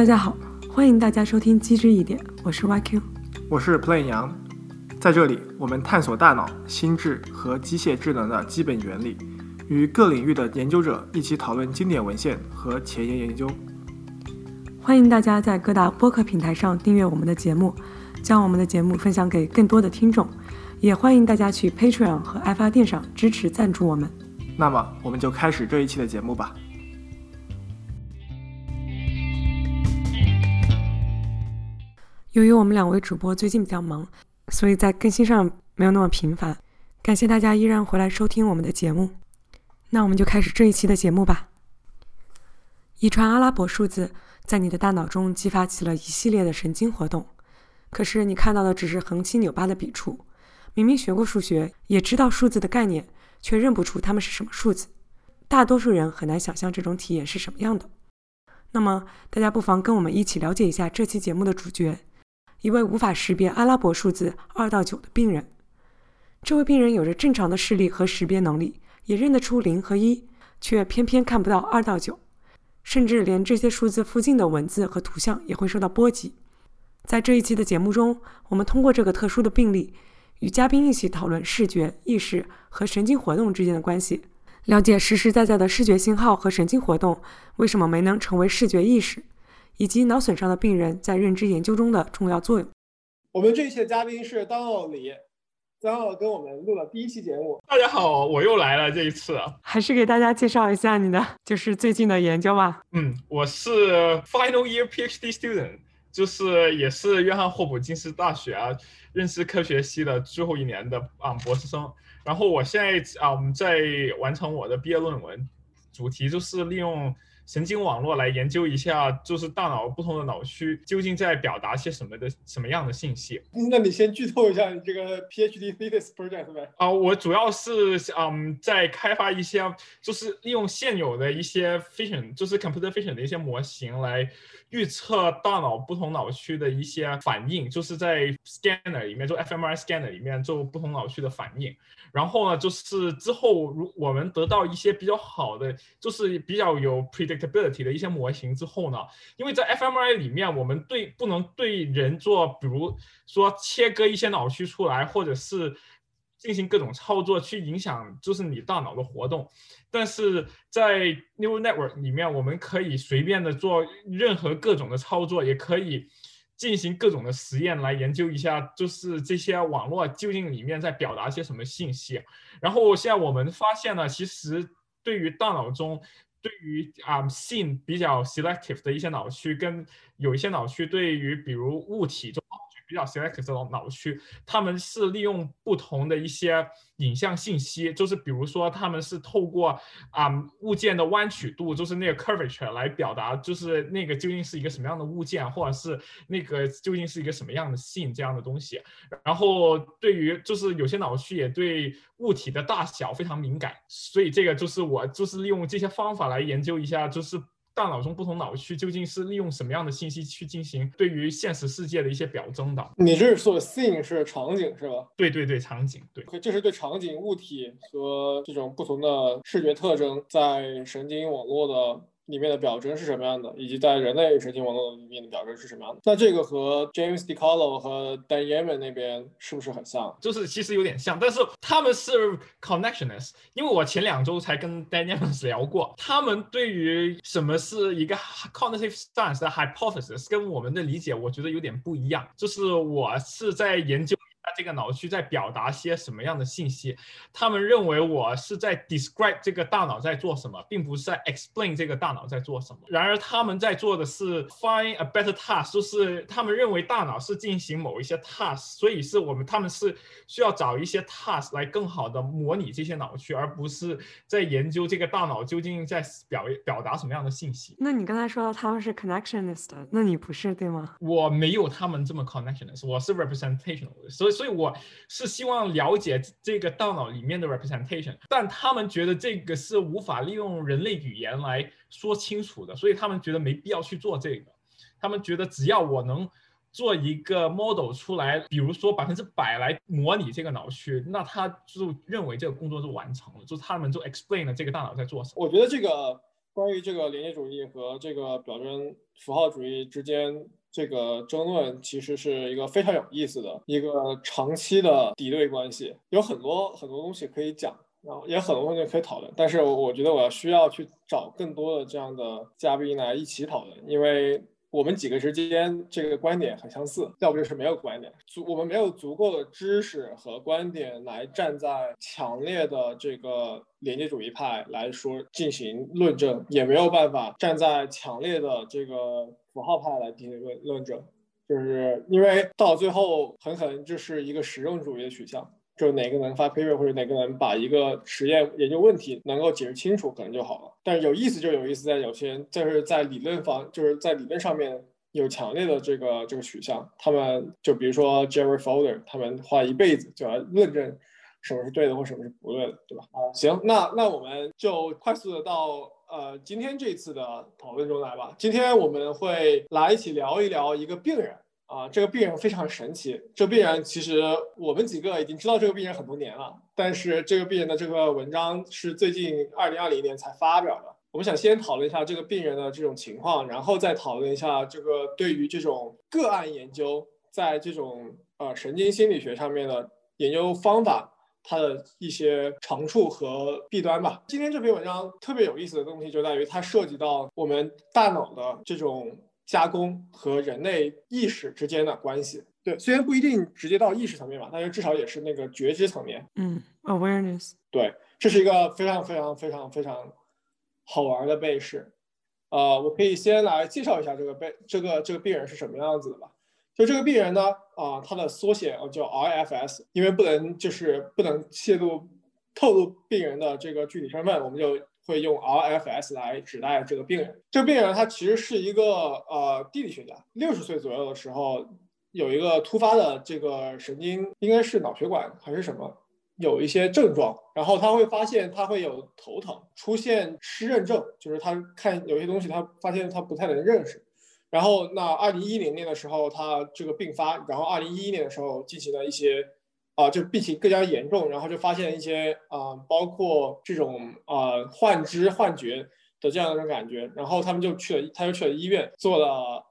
大家好，欢迎大家收听机智一点，我是 YQ， 我是 Plain 杨。在这里，我们探索大脑、心智和机械智能的基本原理，与各领域的研究者一起讨论经典文献和前沿研究。 欢迎大家在各大播客平台上订阅我们的节目，将我们的节目分享给更多的听众，也欢迎大家去 Patreon 和爱发电上支持赞助我们。 那么，我们就开始这一期的节目吧。 由于我们两位主播最近比较忙，所以在更新上没有那么频繁。感谢大家依然回来收听我们的节目。那我们就开始这一期的节目吧。遗传阿拉伯数字在你的大脑中激发起了一系列的神经活动，可是你看到的只是横七扭八的笔触，明明学过数学，也知道数字的概念，却认不出它们是什么数字。大多数人很难想象这种体验是什么样的。那么大家不妨跟我们一起了解一下这期节目的主角，一位无法识别阿拉伯数字2到9的病人。这位病人有着正常的视力和识别能力，也认得出0和1，却偏偏看不到2到9，甚至连这些数字附近的文字和图像也会受到波及。在这一期的节目中，我们通过这个特殊的病例，与嘉宾一起讨论视觉、意识和神经活动之间的关系，了解实实在在的视觉信号和神经活动为什么没能成为视觉意识，以及脑损伤的病人在认知研究中的重要作用。 我们这一期的嘉宾是Donald李，Donald跟我们录了第一期节目。 大家好，我又来了这一次。 还是给大家介绍一下你的就是最近的研究吧。 我是 Final Year PhD Student， 就是也是约翰霍普金斯大学认知科学系的最后一年的博士生。然后我现在在完成我的毕业论文，主题就是利用神经网络来研究一下，就是大脑不同的脑区究竟在表达些什么样的信息。 那你先剧透一下你这个 PhD thesis project 呗。 我主要是在开发一些，就是利用现有的一些 vision， 就是 computer vision 的一些模型来预测大脑不同脑区的一些反应，就是在 scanner 里面，就 fMRI scanner 里面做不同脑区的反应。然后呢，就是之后我们得到一些比较好的，就是比较有 predictability 的一些模型之后呢，因为在 fMRI 里面我们不能对人做，比如说切割一些脑区出来，或者是进行各种操作去影响就是你大脑的活动，但是在 neural network 里面我们可以随便的做任何各种的操作，也可以进行各种的实验来研究一下，就是这些网络究竟里面在表达些什么信息。然后现在我们发现呢，其实对于大脑中对于性比较 selective 的一些脑区，跟有一些脑区对于比如物体中比较 selective 的脑区，他们是利用不同的一些影像信息，就是比如说他们是透过物件的弯曲度，就是那个 curvature 来表达，就是那个究竟是一个什么样的物件，或者是那个究竟是一个什么样的性这样的东西。然后对于就是有些脑区也对物体的大小非常敏感，所以这个就是我就是利用这些方法来研究一下，就是大脑中不同脑区究竟是利用什么样的信息去进行对于现实世界的一些表征的。 你这说的 scene 是场景是吧？ 对，场景。对， 这是对场景、物体和这种不同的视觉特征在神经网络的里面的表征是什么样的，以及在人类神经网络里面的表征是什么样的。那这个和 James DiCarlo 和 Dan Yeaman 那边是不是很像？ 就是其实有点像，但是他们是 connectionist， 因为我前2周才跟 Dan Yeaman 聊过，他们对于什么是一个 cognitive science 的 hypothesis 跟我们的理解我觉得有点不一样。就是我是在研究这个脑区在表达些什么样的信息，他们认为我是在 describe 这个大脑在做什么，并不是在 explain 这个大脑在做什么。然而他们在做的是 find a better task， 就是他们认为大脑是进行某一些 task， 所以他们是需要找一些 task 来更好的模拟这些脑区，而不是在研究这个大脑究竟在表达什么样的信息。 那你刚才说到他们是 connectionist， 那你不是对吗？ 我没有他们这么 connectionist， 我是 representational， 所以我是希望了解这个大脑里面的 representation， 但他们觉得这个是无法利用人类语言来说清楚的，所以他们觉得没必要去做这个。他们觉得只要我能做一个 model 出来，比如说100%来模拟这个脑区，那他就认为这个工作就完成了，就是他们就 explain 了这个大脑在做什么。 我觉得这个关于这个连接主义和这个表征符号主义之间这个争论，其实是一个非常有意思的一个长期的敌对关系，有很多东西可以讲，然后也很多东西可以讨论，但是我觉得我需要去找更多的这样的嘉宾来一起讨论，因为我们几个之间这个观点很相似，要不就是没有观点，我们没有足够的知识和观点来站在强烈的这个连接主义派来说进行论证，也没有办法站在强烈的这个符号派来进行论证，就是因为到最后很可能就是一个实用主义的取向。就哪个能发 paper 或者哪个能把一个实验研究问题能够解释清楚，可能就好了。但是有意思就有意思在有些人就是在理论就是在理论上面有强烈的这个取向，他们就比如说 Jerry Fowler， 他们花一辈子就来论证什么是对的或什么是不对的，对吧？行，那我们就快速的到今天这次的讨论中来吧。今天我们会来一起聊一聊一个病人。这个病人非常神奇。这个病人其实我们几个已经知道这个病人很多年了，但是这个病人的这个文章是最近2020年才发表的。我们想先讨论一下这个病人的这种情况，然后再讨论一下这个对于这种个案研究在这种神经心理学上面的研究方法，它的一些长处和弊端吧。今天这篇文章特别有意思的东西就在于它涉及到我们大脑的这种加工和人类意识之间的关系。对，虽然不一定直接到意识层面吧，但是至少也是那个觉知层面。 awareness。 对，这是一个非常好玩的背试。我可以先来介绍一下这个病人是什么样子的吧。就这个病人呢，他的缩写叫 RFS， 因为不能透露病人的这个具体身份，我们就会用 RFS 来指代这个病人。这个病人他其实是一个地理学家，60岁左右的时候有一个突发的这个神经，应该是脑血管还是什么，有一些症状，然后他会发现他会有头疼，出现失认症，就是他看有些东西他发现他不太能认识。然后那2010年的时候他这个病发，然后2011年的时候进行了一些就病情更加严重，然后就发现一些包括这种幻知幻觉的这样一种感觉，然后他就去了医院做了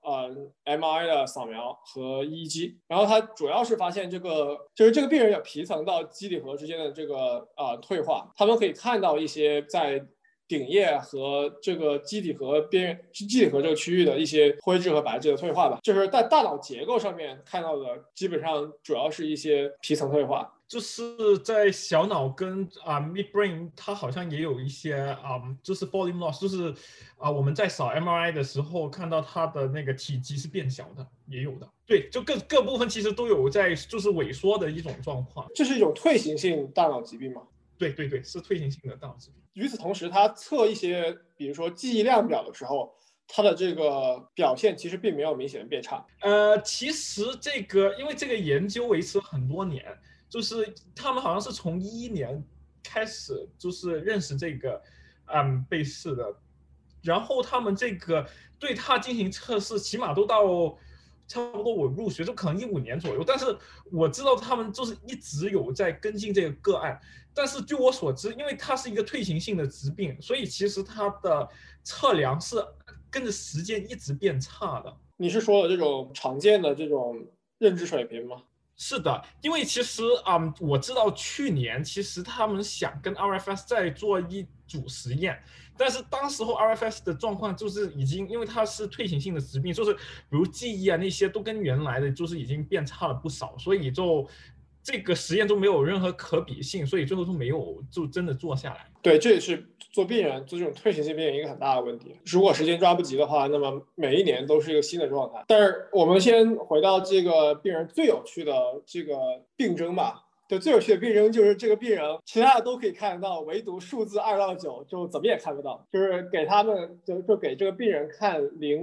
MRI 的扫描和EEG，然后他主要是发现就是这个病人有皮层到基底核之间的这个退化，他们可以看到一些在顶叶和这个基底核这个区域的一些灰质和白质的退化吧，就是在大脑结构上面看到的，基本上主要是一些皮层退化。 就是在小脑跟midbrain， 它好像也有一些就是 volume loss， 就是我们在扫 MRI 的时候看到它的那个体积是变小的，也有的。对，就各部分其实都有在就是萎缩的一种状况。 这是一种退行性大脑疾病吗？ 对，是退行性的大脑疾病。 与此同时，它测一些比如说记忆量表的时候，它的这个表现其实并没有明显的变差。 其实因为这个研究维持很多年，就是他们好像是从2011年开始就是认识这个被试的，然后他们这个对他进行测试，起码都到差不多我入学就可能15年左右，但是我知道他们就是一直有在跟进这个个案，但是据我所知，因为它是一个退行性的疾病，所以其实它的测量是跟着时间一直变差的。 你是说的这种常见的这种认知水平吗？ 是的，因为其实我知道去年其实他们想跟 RFS 再做一组实验，但是当时候 RFS 的状况就是已经因为它是退行性的疾病，就是比如记忆那些都跟原来的就是已经变差了不少，所以就这个实验都没有任何可比性，所以最后都没有就真的做下来。 对，这也是做病人做这种退行性病人一个很大的问题。如果时间抓不及的话，那么每一年都是一个新的状态。但是我们先回到这个病人最有趣的这个病征吧。对，最有趣的病征就是这个病人其他的都可以看得到，唯独数字2到9就怎么也看不到。就是给他们就给这个病人看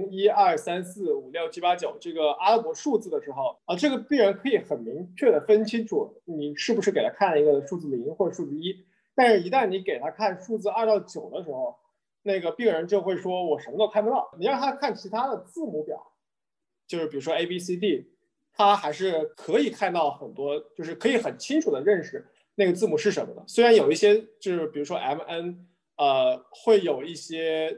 0、1、2、3、4、5、6、7、8、9这个阿拉伯数字的时候这个病人可以很明确的分清楚你是不是给他看一个数字0或者数字1。但是，一旦你给他看数字2到9的时候，那个病人就会说：“我什么都看不到。”你让他看其他的字母表，就是比如说 ABCD， 他还是可以看到很多，就是可以很清楚的认识那个字母是什么的。虽然有一些就是比如说 MN，会有一些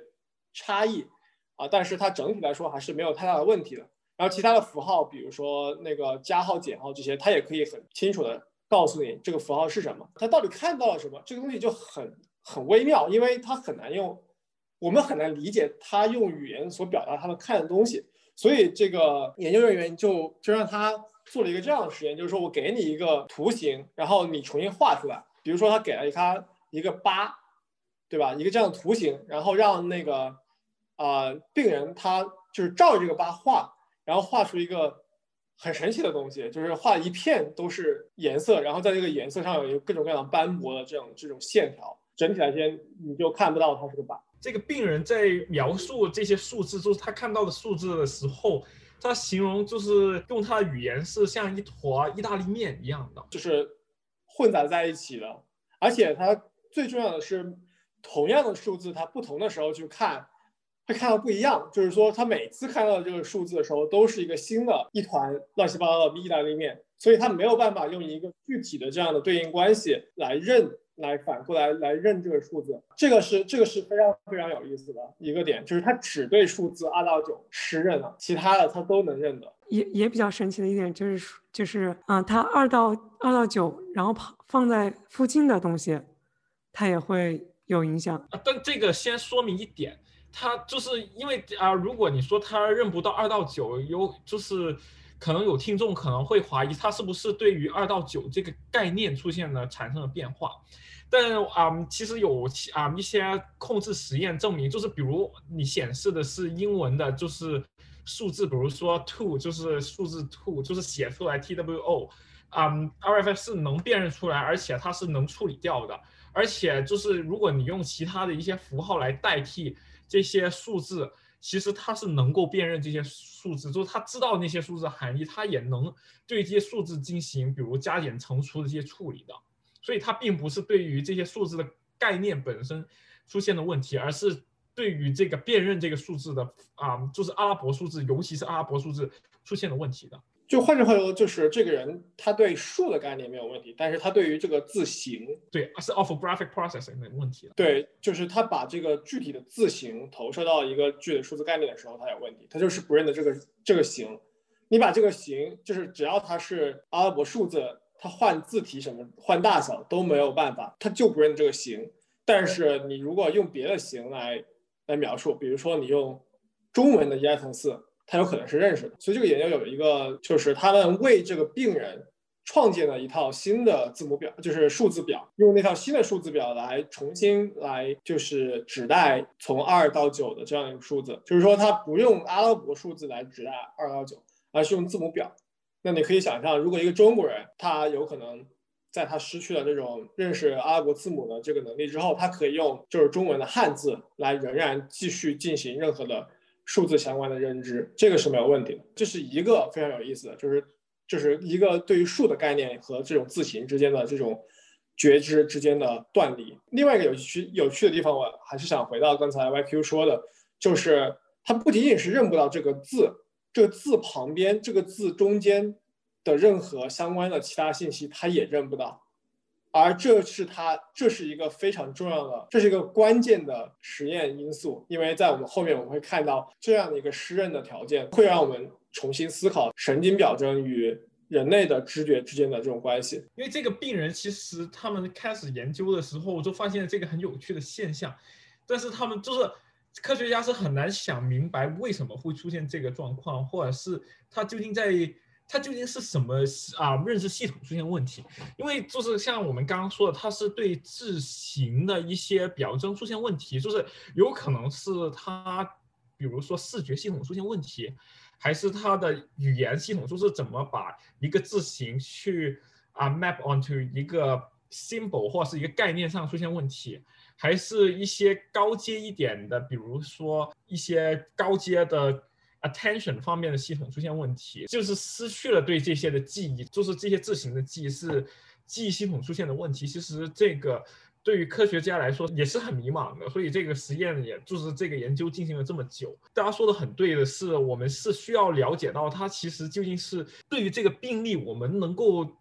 差异但是它整体来说还是没有太大的问题的。然后其他的符号，比如说那个加号、减号这些，它也可以很清楚的告诉你这个符号是什么，它到底看到了什么。这个东西就很微妙，因为它很难用，我们很难理解它用语言所表达他们看的东西。所以这个研究人员就让他做了一个这样的实验，就是说我给你一个图形，然后你重新画出来。比如说他给了他一个疤，对吧？一个这样的图形，然后让那个病人他就是照着这个疤画。然后画出一个很神奇的东西，就是画一片都是颜色，然后在这个颜色上有一个各种各样的斑驳的这种线条，整体来说你就看不到它是个疤。 这个病人在描述这些数字，就是他看到的数字的时候，他形容就是用他的语言是像一坨意大利面一样的， 就是混杂在一起的。而且它最重要的是，同样的数字，它不同的时候去看。会看到不一样，就是说他每次看到这个数字的时候都是一个新的一团乱七八糟的意大利面，所以他没有办法用一个具体的这样的对应关系来反过来认这个数字。这个是非常非常有意思的一个点，就是他只对数字2到9识认了，其他的他都能认的。 也比较神奇的一点就是他2到9，然后放在附近的东西，它也会有影响。 但这个先说明一点。他就是因为如果你说他认不到2到9，就是可能有听众可能会怀疑他是不是对于2到9这个概念产生了变化。但其实有一些控制实验证明，就是比如你显示的是英文的，就是数字，比如说 two 就是数字 two， 就是写出来 TWO，RFF 是能辨认出来，而且它是能处理掉的。而且就是如果你用其他的一些符号来代替这些数字，其实它是能够辨认这些数字，就是它知道那些数字的含义，它也能对这些数字进行比如加减乘除的这些处理的。所以它并不是对于这些数字的概念本身出现的问题，而是对于这个辨认这个数字的就是阿拉伯数字，尤其是阿拉伯数字出现了问题的。 就换句话说，就是这个人他对数的概念没有问题，但是他对于这个字形， 对，是 orthographic processing 的问题。 对，就是他把这个具体的字形投射到一个具体的数字概念的时候，他有问题，他就是不认得这个形。你把这个形，就是只要它是阿拉伯数字，它换字体什么换大小都没有办法，它就不认这个形。但是你如果用别的形来描述，比如说你用中文的1、2、3、4。它有可能是认识的。所以这个研究有一个，就是他们为这个病人创建了一套新的字母表，就是数字表，用那套新的数字表来重新来就是指代从2到9的这样一个数字，就是说它不用阿拉伯数字来指代2到9，而是用字母表。那你可以想象，如果一个中国人他有可能在他失去了这种认识阿拉伯字母的这个能力之后，他可以用就是中文的汉字来仍然继续进行任何的数字相关的认知，这个是没有问题的。这是一个非常有意思的，就是一个对于数的概念和这种字形之间的这种觉知之间的断离。另外一个有趣的地方，我还是想回到刚才 YQ 说的，就是它不仅仅是认不到这个字旁边这个字中间的任何相关的其他信息，它也认不到。而这是一个非常重要的，这是一个关键的实验因素，因为在我们后面我们会看到这样的一个失认的条件，会让我们重新思考神经表征与人类的知觉之间的这种关系。 因为这个病人其实他们开始研究的时候就发现了这个很有趣的现象，但是他们就是科学家是很难想明白为什么会出现这个状况，或者是他究竟是什么认知系统出现问题？因为就是像我们刚刚说的，它是对字形的一些表征出现问题，就是有可能是它，比如说视觉系统出现问题，还是它的语言系统，就是怎么把一个字形去map onto 一个 symbol 或是一个概念上出现问题，还是一些高阶一点的，比如说一些高阶的attention 方面的系统出现问题，就是失去了对这些的记忆，就是这些字形的记忆是记忆系统出现的问题。其实这个对于科学家来说也是很迷茫的，所以这个实验也就是这个研究进行了这么久。大家说的很对的是，我们是需要了解到它其实究竟是对于这个病例我们能够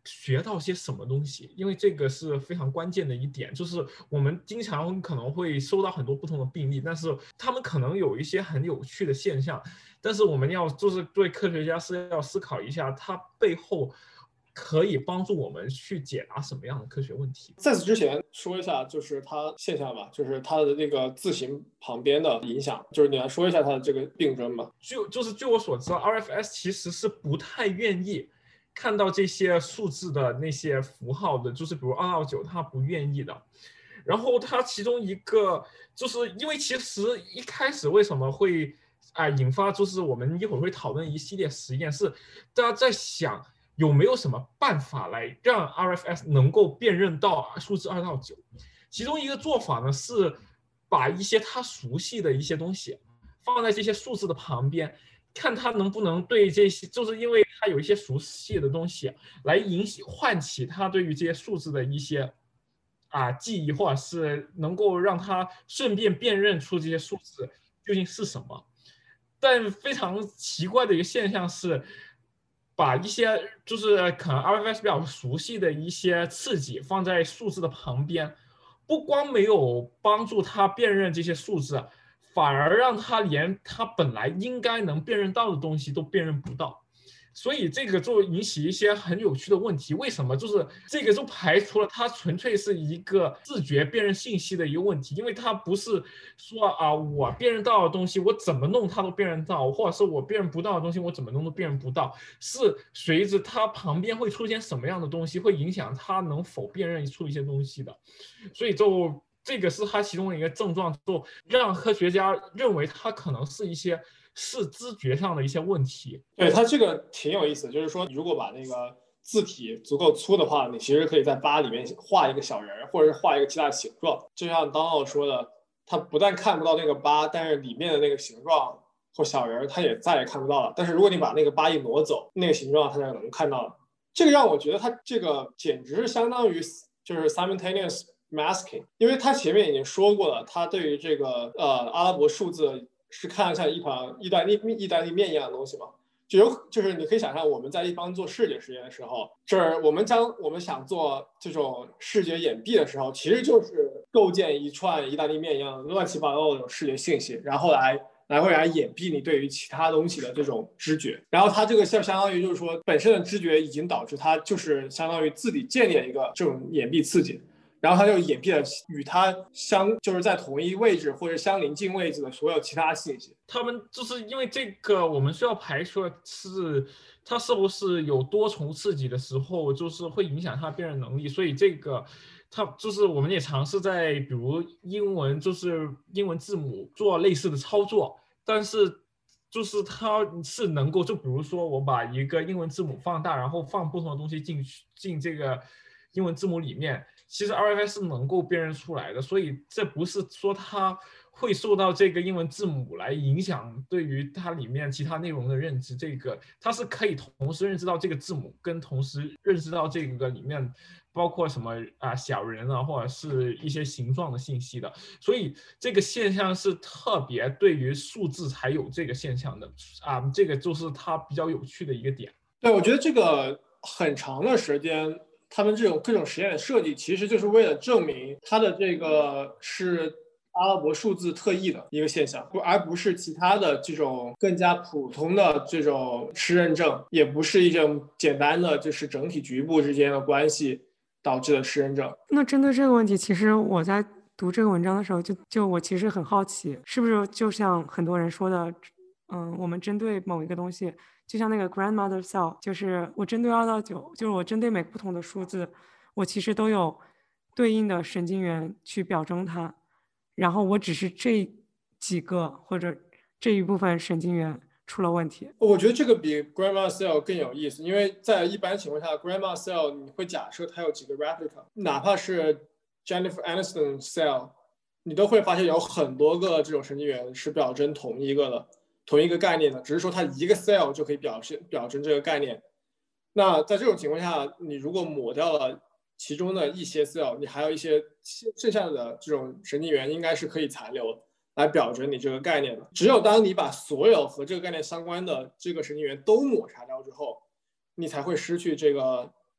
学到些什么东西，因为这个是非常关键的一点，就是我们经常可能会收到很多不同的病例，但是他们可能有一些很有趣的现象，但是我们要就是对科学家是要思考一下，它背后可以帮助我们去解答什么样的科学问题。 在此之前说一下，就是它现象吧，就是它的那个字形旁边的影响，就是你来说一下它的这个病症吧。 就是据我所知 ，RFS 其实是不太愿意看到这些数字的那些符号的，就是比如2到9，它不愿意的。然后它其中一个就是因为其实一开始为什么会引发，就是我们一会儿会讨论一系列实验，是大家在想有没有什么办法来让 RFS 能够辨认到数字2到9。其中一个做法呢是把一些他熟悉的一些东西放在这些数字的旁边，看他能不能对这些，就是因为他有一些熟悉的东西来唤起他对于这些数字的一些记忆，或者是能够让他顺便辨认出这些数字究竟是什么。但非常奇怪的一个现象是，把一些就是可能 RFS 比较熟悉的一些刺激放在数字的旁边，不光没有帮助他辨认这些数字，反而让他连他本来应该能辨认到的东西都辨认不到。所以这个就引起一些很有趣的问题，为什么就是这个就排除了它纯粹是一个自觉辨认信息的一个问题，因为它不是说我辨认到的东西我怎么弄它都辨认到，或者是我辨认不到的东西我怎么弄都辨认不到，是随着它旁边会出现什么样的东西会影响它能否辨认出一些东西的。所以就这个是它其中的一个症状，就让科学家认为它可能是一些视知觉上的一些问题。 对，它这个挺有意思，就是说如果把那个字体足够粗的话，你其实可以在8里面画一个小人，或者是画一个其他的形状。就像Donald说的，他不但看不到那个8，但是里面的那个形状或小人他也再也看不到了。但是如果你把那个8一挪走，那个形状他就能看到了。这个让我觉得他这个简直是相当于就是 simultaneous masking， 因为他前面已经说过了，他对于这个阿拉伯数字是看得像一团意大利面一样的东西嘛，就是你可以想象我们在一方做视觉实验的时候，这儿我们想做这种视觉掩蔽的时候，其实就是构建一串意大利面一样乱七八糟的这种视觉信息，然后来掩蔽你对于其他东西的这种知觉。然后它这个相当于就是说本身的知觉已经导致它就是相当于自己建立了一个这种掩蔽刺激。然后它就掩蔽了与它就是在同一位置或者相邻近位置的所有其他信息。 他们就是因为这个，我们需要排除的是它是不是有多重刺激的时候，就是会影响它辨认能力。所以这个它就是我们也尝试在比如英文字母做类似的操作，但是就是它是能够，就比如说我把一个英文字母放大，然后放不同的东西进这个英文字母里面，其实 RFS 是能够辨认出来的，所以这不是说它会受到这个英文字母来影响对于它里面其他内容的认知，这个它是可以同时认知到这个字母，跟同时认知到这个里面包括什么小人或者是一些形状的信息的，所以这个现象是特别对于数字才有这个现象的这个就是它比较有趣的一个点。 对，我觉得这个很长的时间他们这种各种实验的设计其实就是为了证明它的这个是阿拉伯数字特异的一个现象，而不是其他的这种更加普通的这种失认证，也不是一种简单的就是整体局部之间的关系导致的失认证。 那针对这个问题，其实我在读这个文章的时候就我其实很好奇，是不是就像很多人说的我们针对某一个东西，就像那个 grandmother cell， 就是我针对2到9，就是我针对每个不同的数字，我其实都有对应的神经元去表征它，然后我只是这几个或者这一部分神经元出了问题。 我觉得这个比 grandmother cell 更有意思，因为在一般情况下 grandmother cell 你会假设它有几个 replica， 哪怕是 Jennifer Aniston cell 你都会发现有很多个这种神经元是表征同一个概念的，只是说它一个 cell 就可以表征这个概念。那在这种情况下，你如果抹掉了其中的一些 cell， 你还有一些剩下的这种神经元应该是可以残留来表征你这个概念的。只有当你把所有和这个概念相关的这个神经元都抹杀掉之后，你才会失去这个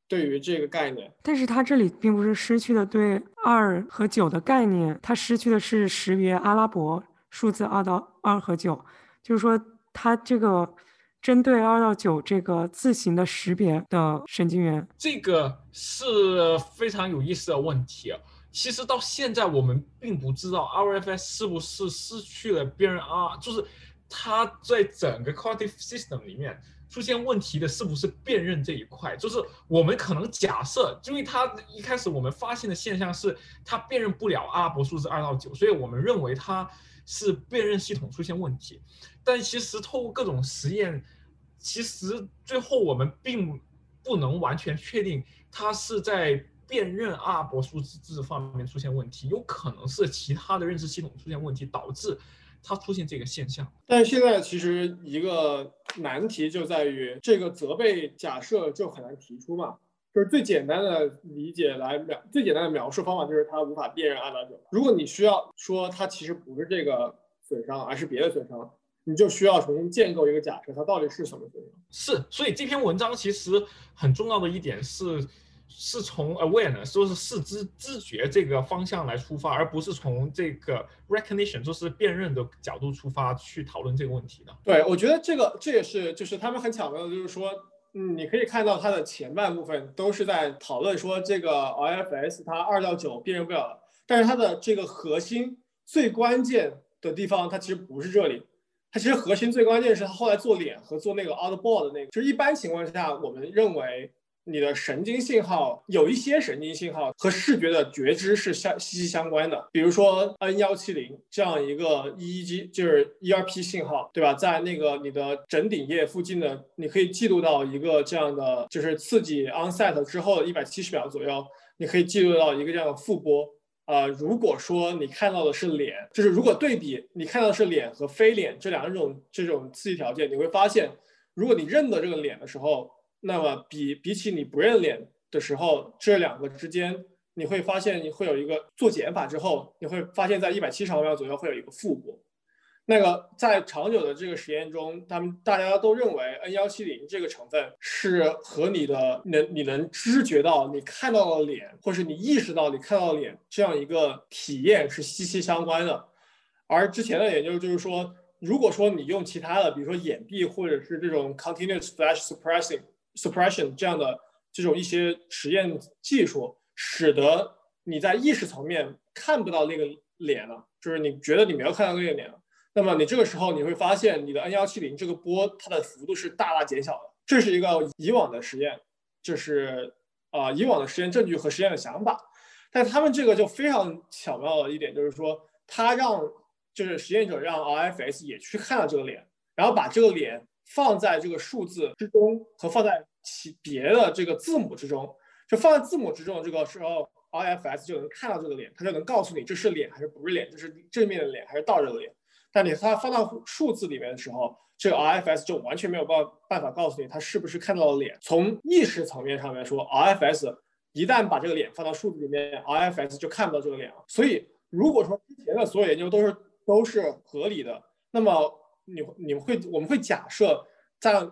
对于这个概念。 但是它这里并不是失去了对2和9的概念，它失去的是识别阿拉伯数字2和9，就是说它这个针对2到9这个字形的识别的神经元， 这个是非常有意思的问题。其实到现在我们并不知道 RFS 是不是失去了辨认就是它在整个 cognitive system 里面出现问题的是不是辨认这一块。就是我们可能假设，因为它一开始我们发现的现象是它辨认不了阿拉伯数字2到9，所以我们认为它是辨认系统出现问题。但其实透过各种实验，其实最后我们并不能完全确定它是在辨认阿拉伯数字方面出现问题，有可能是其他的认知系统出现问题导致它出现这个现象。 但是现在其实一个难题就在于这个责备假设就很难提出嘛，就是最简单的理解最简单的描述方法就是它无法辨认2到9。如果你需要说它其实不是这个损伤，而是别的损伤，你就需要重新建构一个假设，它到底是什么损伤。 是，所以这篇文章其实很重要的一点是从 awareness， 就是知觉这个方向来出发，而不是从这个 recognition， 就是辨认的角度出发去讨论这个问题的。 对，我觉得这也是就是他们很巧妙的，就是说，你可以看到它的前半部分都是在讨论说这个 RFS 它2到9辨认不了，但是它的这个核心最关键的地方它其实不是这里。它其实核心最关键是它后来做脸和做那个 outboard 的那个，就是一般情况下我们认为你的神经信号有一些神经信号和视觉的觉知是息息相关的，比如说 N170这样一个 EEG 就是 ERP 信号，对吧？在那个你的枕顶叶附近的，你可以记录到一个这样的，就是刺激 onset 之后的170秒左右，你可以记录到一个这样的负波。如果说你看到的是脸，就是如果对比你看到的是脸和非脸这两种这种刺激条件，你会发现，如果你认得这个脸的时候，那么比起你不认脸的时候，这两个之间你会发现你会有一个做减法之后，你会发现在170毫秒左右会有一个负波。那个在长久的这个实验中，大家都认为 N170这个成分是和你能知觉到你看到了脸，或是你意识到你看到了脸这样一个体验是息息相关的。而之前的研究就是说，如果说你用其他的，比如说眼闭或者是这种 continuous flash suppression 这样的这种一些实验技术，使得你在意识层面看不到那个脸了，就是你觉得你没有看到那个脸了。那么你这个时候你会发现你的 N170这个波它的幅度是大大减小的，这是一个以往的实验，就是以往的实验证据和实验的想法。但他们这个就非常巧妙的一点就是说，他就是实验者让 RFS 也去看到这个脸，然后把这个脸放在这个数字之中和放在其别的这个字母之中，就放在字母之中这个时候 RFS 就能看到这个脸，它就能告诉你这是脸还是不是脸，这是正面的脸还是倒着的脸。但它放到数字里面的时候，这个 RFS 就完全没有办法告诉你它是不是看到了脸。从意识层面上面说， RFS 一旦把这个脸放到数字里面， RFS 就看不到这个脸了。所以如果说之前的所有研究都是合理的，那么我们会假设当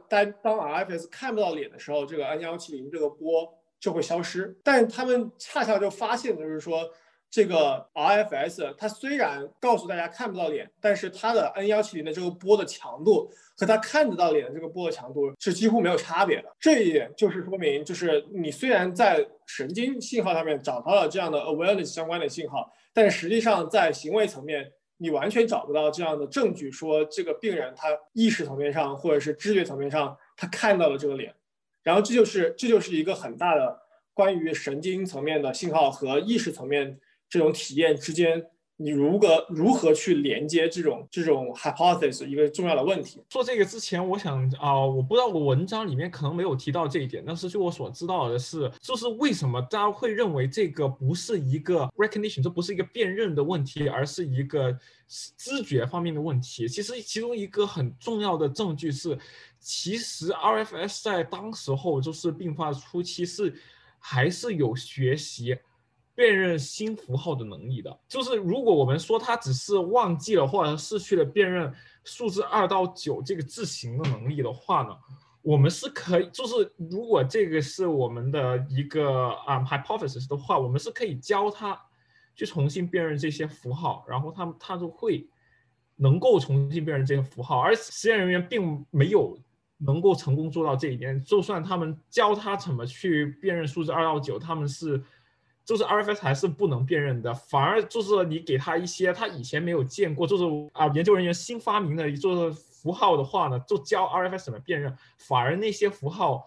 RFS 看不到脸的时候，这个 N170这个波就会消失。但他们恰恰就发现就是说，这个 RFS 它虽然告诉大家看不到脸，但是它的 N170的这个波的强度和它看得到脸的这个波的强度是几乎没有差别的。这一点就是说明，就是你虽然在神经信号上面找到了这样的 awareness 相关的信号，但实际上在行为层面你完全找不到这样的证据，说这个病人他意识层面上或者是知觉层面上他看到了这个脸。然后这就是一个很大的关于神经层面的信号和意识层面这种体验之间，你如何去连接这种 hypothesis 一个重要的问题。 做这个之前，我想我不知道我文章里面可能没有提到这一点，但是据我所知道的是，就是为什么大家会认为这个不是一个 recognition， 这不是一个辨认的问题，而是一个知觉方面的问题。其实其中一个很重要的证据是，其实 RFS 在当时候就是病发初期还是有学习辨认新符号的能力的。就是如果我们说它只是忘记了或者失去了辨认数字2到9这个字形的能力的话呢， 我们是可以，就是如果这个是我们的一个hypothesis 的话，我们是可以教他去重新辨认这些符号，然后他就会能够重新辨认这些符号，而实验人员并没有能够成功做到这一点。就算他们教他怎么去辨认数字2到9，他们就是 RFS 还是不能辨认的，反而就是你给他一些他以前没有见过，就是研究人员新发明的就是符号的话呢，就教 RFS 怎么辨认，反而那些符号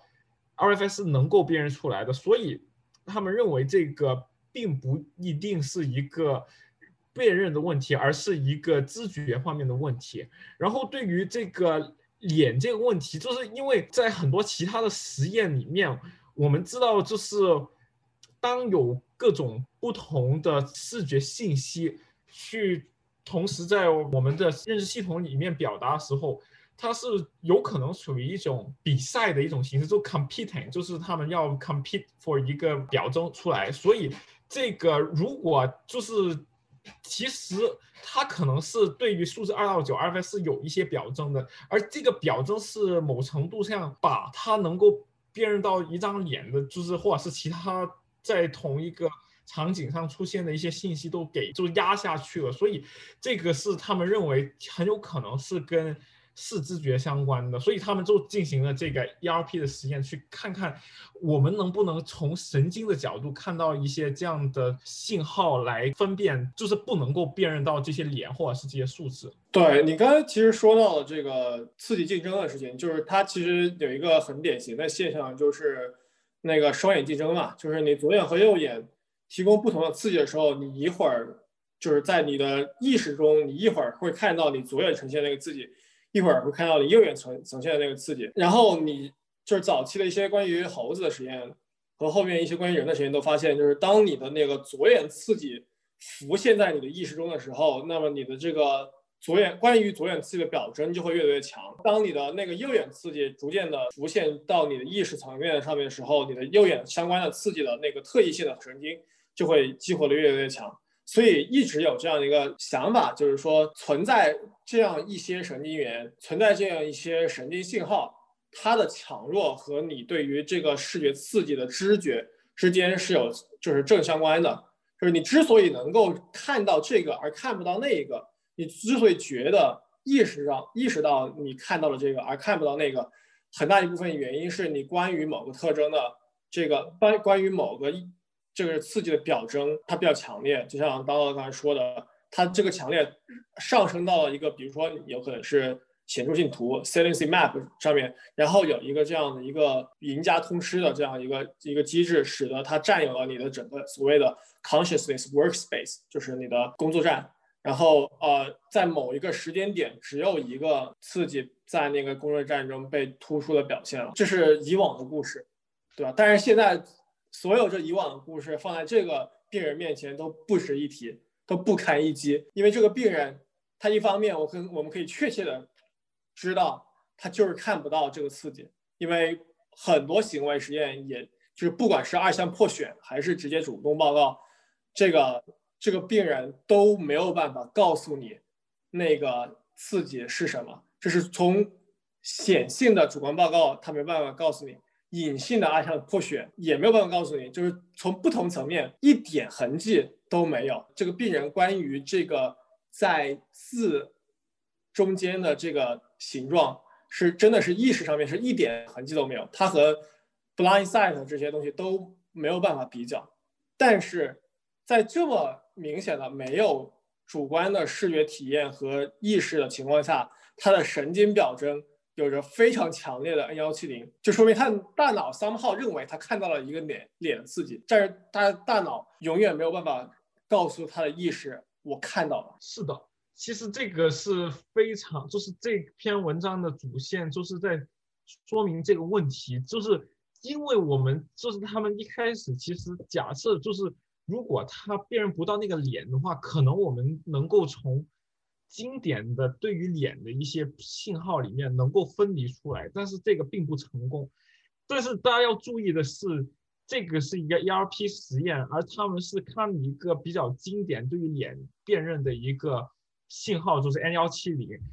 RFS 能够辨认出来的，所以他们认为这个并不一定是一个辨认的问题，而是一个知觉方面的问题。然后对于这个脸这个问题，就是因为在很多其他的实验里面，我们知道就是当有各种不同的视觉信息去同时在我们的认知系统里面表达的时候，它是有可能属于一种比赛的一种形式，就 competing， 就是他们要 compete for 一个表征出来。所以这个如果就是其实它可能是对于数字2到9 RFS 是有一些表征的，而这个表征是某程度上把它能够辨认到一张脸的，就是或者是其他在同一个场景上出现的一些信息都给就压下去了，所以这个是他们认为很有可能是跟视知觉相关的，所以他们就进行了这个 ERP 的实验，去看看我们能不能从神经的角度看到一些这样的信号来分辨，就是不能够辨认到这些脸或者是这些数字。 对，你刚才其实说到了这个刺激竞争的事情，就是它其实有一个很典型的现象，就是那个双眼竞争嘛，就是你左眼和右眼提供不同的刺激的时候，你一会儿就是在你的意识中，你一会儿会看到你左眼呈现那个刺激，一会儿会看到你右眼呈现的那个刺激。然后你就是早期的一些关于猴子的实验和后面一些关于人的实验都发现，就是当你的那个左眼刺激浮现在你的意识中的时候，那么你的这个关于左眼刺激的表征就会越来越强。当你的那个右眼刺激逐渐的浮现到你的意识层面上面的时候，你的右眼相关的刺激的那个特异性的神经就会激活的越来越强。所以一直有这样的一个想法，就是说存在这样一些神经元，存在这样一些神经信号，它的强弱和你对于这个视觉刺激的知觉之间是有就是正相关的。就是你之所以能够看到这个而看不到那个，你之所以觉得意识到你看到了这个而看不到那个，很大一部分原因是你关于某个特征的这个关于某个这个刺激的表征它比较强烈，就像刀刚才说的，它这个强烈上升到了一个，比如说有可能是显著性图 saliency map 上面，然后有一个这样的一个赢家通吃的这样一个机制，使得它占有了你的整个所谓的 consciousness workspace， 就是你的工作站。然后在某一个时间点，只有一个刺激在那个工作站中被突出的表现了，这是以往的故事，对吧？但是现在所有这以往的故事放在这个病人面前都不值一提，都不堪一击，因为这个病人他一方面我们可以确切的知道他就是看不到这个刺激，因为很多行为实验也就是不管是2项破选还是直接主动报告，这个病人都没有办法告诉你那个刺激是什么，这是从显性的主观报告他没办法告诉你，隐性的2项破选也没有办法告诉你，就是从不同层面一点痕迹都没有。这个病人关于这个在字中间的这个形状是真的是意识上面是一点痕迹都没有，它和 blind sight 这些东西都没有办法比较。但是在这么明显的没有主观的视觉体验和意识的情况下，它的神经表征有着非常强烈的 N170， 就说明他大脑 somehow 认为他看到了一个脸的刺激，但是他大脑永远没有办法告诉他的意识我看到了。 是的，其实这个是非常，就是这篇文章的主线就是在说明这个问题，就是因为我们就是他们一开始其实假设就是如果他辨认不到那个脸的话，可能我们能够从经典的对于脸的一些信号里面能够分离出来，但是这个并不成功。但是大家要注意的是，这个是一个 ERP 实验，而他们是看一个比较经典对于脸辨认的一个信号，就是 N170。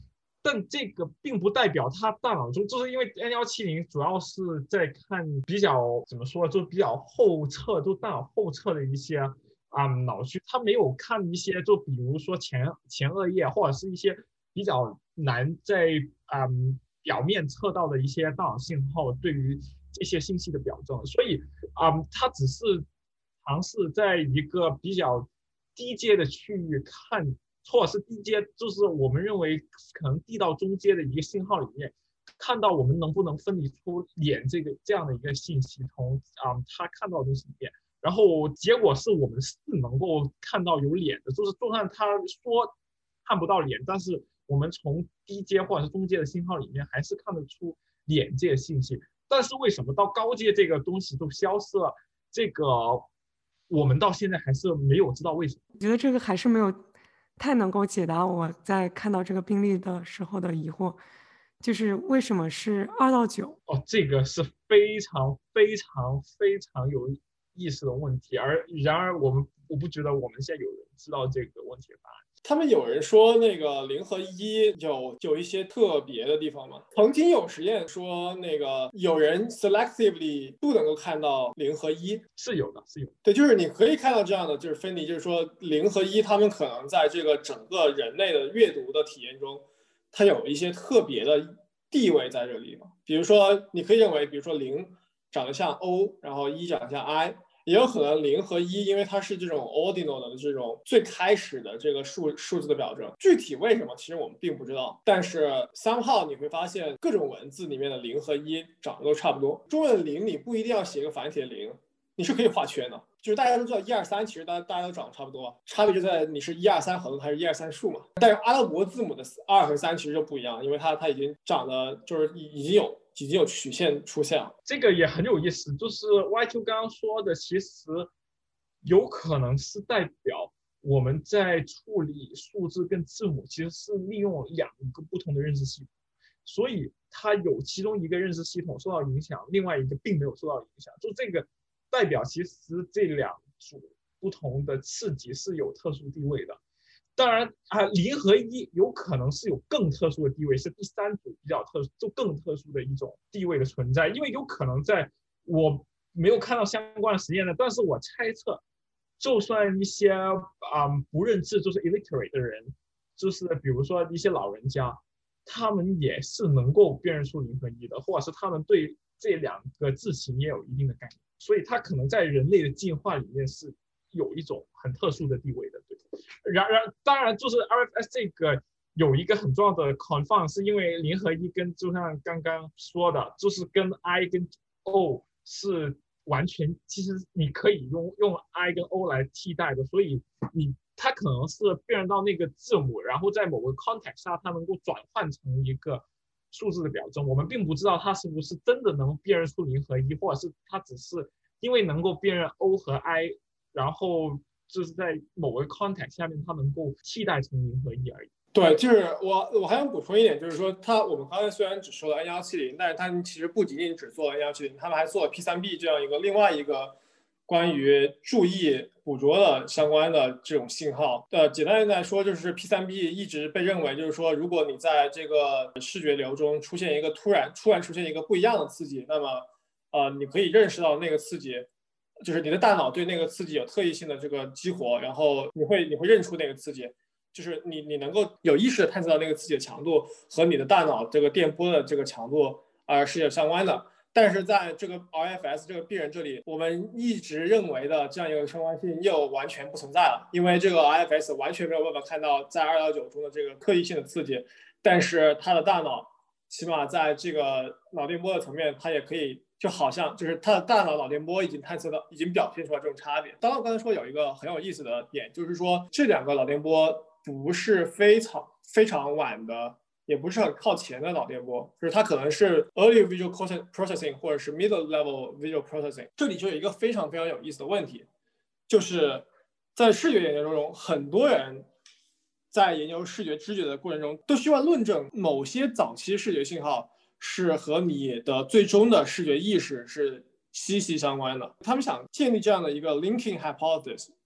但这个并不代表他大脑中，就是因为 N170主要是在看比较怎么说，就比较后侧，就大脑后侧的一些脑区，他没有看一些，就比如说前额叶或者是一些比较难在表面测到的一些大脑信号对于这些信息的表征，所以他只是尝试在一个比较低阶的区域看。或者是低阶，就是我们认为可能低到中阶的一个信号里面，看到我们能不能分离出脸这样的一个信息从他看到的东西里面，然后结果是我们是能够看到有脸的，就是就算他说看不到脸，但是我们从低阶或者是中阶的信号里面还是看得出脸这个信息。但是为什么到高阶这个东西就消失了？这个我们到现在还是没有知道为什么。 我觉得这个还是没有太能够解答我在看到这个病例的时候的疑惑，就是为什么是2到9？ 这个是非常非常非常有意思的问题，然而我不觉得我们现在有人知道这个问题的答案。 他们有人说那个0和1有一些特别的地方吗？曾经有实验说那个有人 selectively 不能够看到0和1， 是有的，是有的。 对，就是你可以看到这样的就是分离，就是说0和1他们可能在这个整个人类的阅读的体验中，它有一些特别的地位在这个地方。比如说你可以认为，比如说0长得像 O， 然后1长得像 I。也有可能0和1，因为它是这种 ordinal 的这种最开始的这个数字的表征，具体为什么其实我们并不知道。但是somehow你会发现各种文字里面的0和1长得都差不多。中文0你不一定要写个繁体的0，你是可以画圈的。就是大家都知道1、2、3，其实大家都长得差不多，差别就在你是1、2、3横还是1、2、3竖嘛。但是阿拉伯字母的2和3其实就不一样，因为它已经长得就是已经有曲线出现了。 这个也很有意思，就是 YQ 刚刚说的，其实有可能是代表我们在处理数字跟字母，其实是利用2个不同的认识系统，所以它有其中一个认识系统受到影响，另外一个并没有受到影响，就这个代表其实这2组不同的刺激是有特殊地位的。当然0和1有可能是有更特殊的地位，是第3组比较特殊，就更特殊的一种地位的存在。因为有可能在我没有看到相关的实验呢，但是我猜测，就算一些不认字就是 illiterate 的人，就是比如说一些老人家，他们也是能够辨认出0和1的，或者是他们对这2个字形也有一定的概念，所以他可能在人类的进化里面是有一种很特殊的地位的，对。当然就是 RFS 这个有一个很重要的 confound， 是因为0和1跟就像刚刚说的，就是跟 I 跟 O 是完全，其实你可以用 I 跟 O 来替代的，所以它可能是辨认到那个字母，然后在某个 context 下它能够转换成一个数字的表征。我们并不知道它是不是真的能辨认出0和1，或者是它只是因为能够辨认 O 和 I， 然后就是在某个 context 下面它能够替代成0和1而已。 对，就是我还想补充一点，就是说我们刚才虽然只说了 N170，但是他们其实不仅仅只做了 N170，他们还做了 P3B 这样另外一个关于注意捕捉的相关的这种信号。简单来说，就是 P3B 一直被认为就是说，如果你在这个视觉流中出现一个突然出现一个不一样的刺激，那么你可以认识到那个刺激，就是你的大脑对那个刺激有特异性的这个激活，然后你会认出那个刺激。就是你能够有意识的探测到那个刺激的强度和你的大脑这个电波的这个强度是有相关的。但是在这个 RFS 这个病人这里，我们一直认为的这样一个相关性又完全不存在了，因为这个 RFS 完全没有办法看到在219中的这个特异性的刺激，但是他的大脑起码在这个脑电波的层面，它也可以，就好像就是他的大脑电波已经探测到，已经表现出来这种差别。当然，我刚才说有一个很有意思的点，就是说这2个脑电波不是非常晚的，也不是很靠前的脑电波，就是它可能是 early visual processing 或者是 middle level visual processing。这里就有一个非常非常有意思的问题，就是在视觉研究中，很多人在研究视觉知觉的过程中，都希望论证某些早期视觉信号是和你的最终的视觉意识是息息相关的。他们想建立这样的一个 linking hypothesis。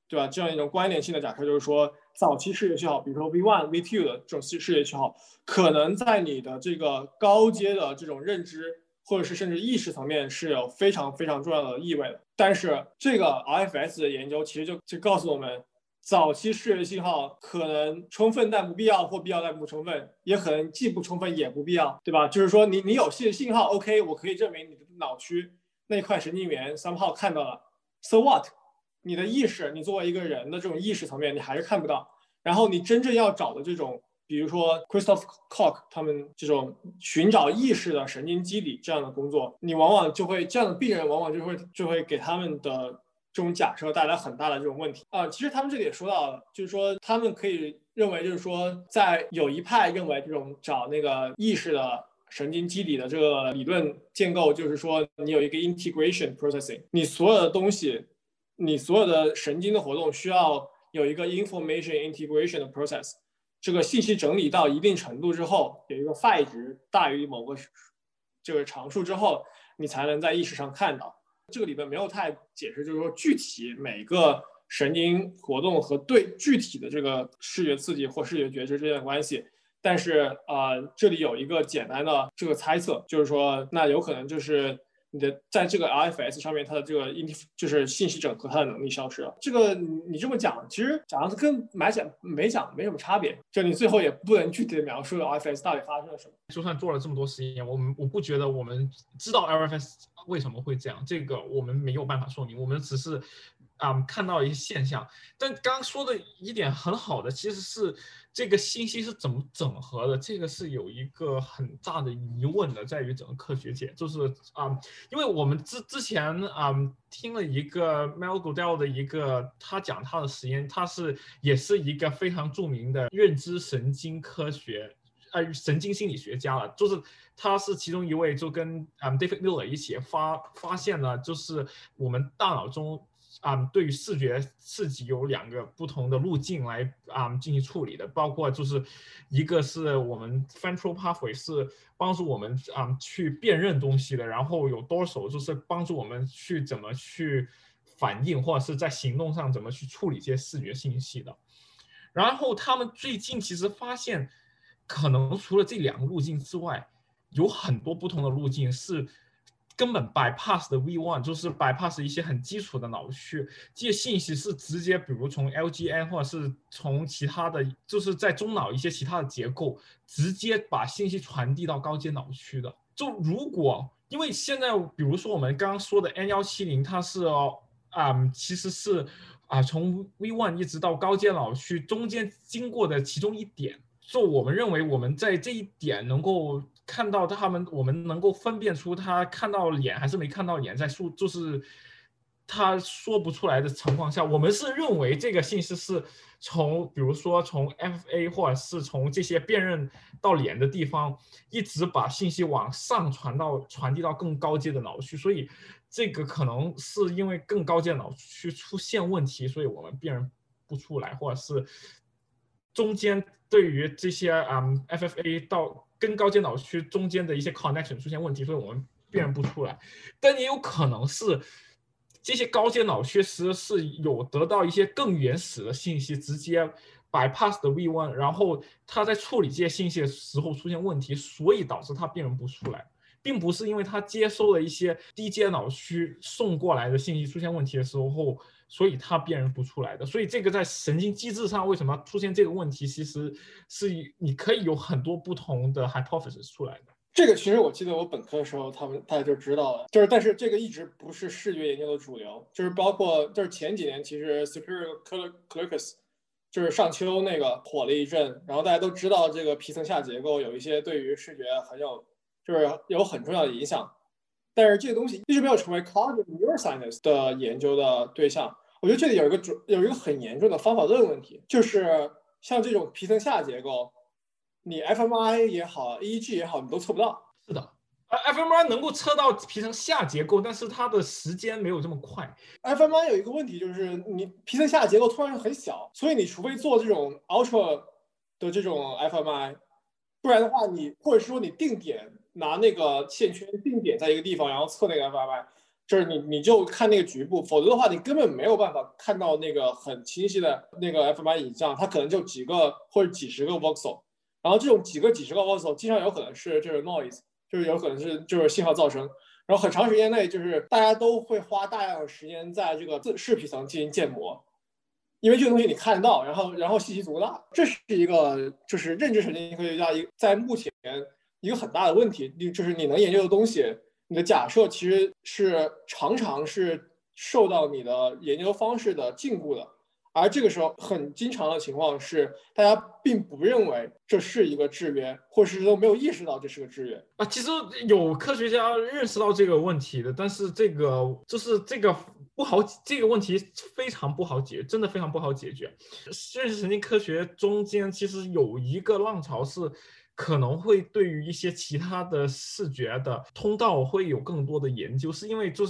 对吧？这样一种关联性的假设，就是说早期视觉信号，比如说 V1、V2 的这种视觉信号，可能在你的这个高阶的这种认知或者是甚至意识层面是有非常非常重要的意味的。但是这个 RFS 的研究其实就告诉我们，早期视觉信号可能充分但不必要，或必要但不充分，也可能既不充分也不必要，对吧？就是说你有信号 OK， 我可以证明你的脑区那块神经元 somehow 看到了 ，so what？ 你的意识，你作为一个人的这种意识层面，你还是看不到。然后你真正要找的这种，比如说 Christoph Koch 他们这种寻找意识的神经基底这样的工作，你往往就会这样的病人往往就会给他们的这种假设带来很大的这种问题其实他们这里也说到了，就是说他们可以认为，就是说在有一派认为这种找那个意识的神经基底的这个理论建构，就是说你有一个 integration processing， 你所有的东西，你所有的神经的活动需要有一个 information integration 的 process， 这个信息整理到一定程度之后，有一个 phi 值大于某个这个常数之后，你才能在意识上看到。这个理论没有太解释，就是说具体每个神经活动和对具体的这个视觉刺激或视觉觉知之间的关系。但是这里有一个简单的这个猜测，就是说那有可能就是你的在这个 RFS 上面它的这个就是信息整合它的能力消失了。这个你这么讲，其实讲的跟没讲没什么差别，就你最后也不能具体的描述 RFS 到底发生了什么。 就算做了这么多实验，我不觉得我们知道 RFS 为什么会这样，这个我们没有办法说明，我们只是看到一些现象。但刚刚说的一点很好的，其实是这个信息是怎么整合的，这个是有一个很大的疑问的，在于整个科学界，就是因为我们之前听了一个 Mel Godel 的一个他讲他的实验，他也是一个非常著名的认知神经科学神经心理学家了，就是他是其中一位，就跟David Miller 一起发现了，就是我们大脑中对于视觉刺激有2个不同的路径来进行处理的，包括就是一个是我们 ventral pathway 是帮助我们去辨认东西的，然后有 dorsal 就是帮助我们去怎么去反应或者是在行动上怎么去处理这些视觉信息的。然后他们最近其实发现，可能除了这2个路径之外，有很多不同的路径是根本 bypass 的 V1， 就是 bypass 一些很基础的脑区，这些信息是直接比如从 LGN 或者是从其他的，就是在中脑一些其他的结构直接把信息传递到高阶脑区的。就如果因为现在比如说我们刚刚说的 N170， 它是其实是从 V1 一直到高阶脑区中间经过的其中一点，就我们认为我们在这一点能够看到我们能够分辨出他看到脸还是没看到脸，就是他说不出来的情况下，我们是认为这个信息是比如说从 FA 或者是从这些辨认到脸的地方，一直把信息往上传递到更高阶的脑区，所以这个可能是因为更高阶的脑区出现问题，所以我们辨认不出来，或者是中间对于这些FFA 到跟高阶脑区中间的一些 connection 出现问题，所以我们辨认不出来。但也有可能是这些高阶脑区实是有得到一些更原始的信息，直接 bypass 的 V1， 然后它在处理这些信息的时候出现问题，所以导致它辨认不出来，并不是因为它接收了一些低阶脑区送过来的信息出现问题的时候，所以它辨认不出来的。所以这个在神经机制上为什么出现这个问题，其实是你可以有很多不同的 hypothesis 出来的。 这个其实我记得我本科的时候大家就知道了，但是这个一直不是视觉研究的主流，就是包括前几年其实 Superior Colicus 就是上丘那个火了一阵，然后大家都知道这个皮层下结构有一些对于视觉有很重要的影响，但是这个东西一直没有成为 cognitive neuroscience 的研究的对象。我觉得这里有一个很严重的方法论问题，就是像这种皮层下结构，你 fMRI 也好 EEG 也好，你都测不到。 是的，fMRI 能够测到皮层下结构，但是它的时间没有这么快。 fMRI 有一个问题，就是你皮层下结构突然很小，所以你除非做这种 ultra 的这种 fMRI， 不然的话或者说你定点拿那个线圈定点在一个地方，然后测那个 fMRI， 就是你就看那个局部，否则的话你根本没有办法看到那个很清晰的那个 fMRI 影像，它可能就几个或者几十个 voxel， 然后这种几十个 voxel 经常有可能是就是 noise， 就是有可能是就是信号噪声，然后很长时间内就是大家都会花大量的时间在这个视皮层进行建模。因为这个东西你看得到，然后信息足大，这是一个就是认知神经科学家在目前一个很大的问题，就是你能研究的东西，你的假设其实是常常是受到你的研究方式的禁锢的，而这个时候很经常的情况是，大家并不认为这是一个制约，或者是都没有意识到这是个制约啊。其实有科学家认识到这个问题的，但是这个不好，这个问题非常不好解决，真的非常不好解决。认识神经科学中间其实有一个浪潮是可能会对于一些其他的视觉的通道会有更多的研究，是因为就是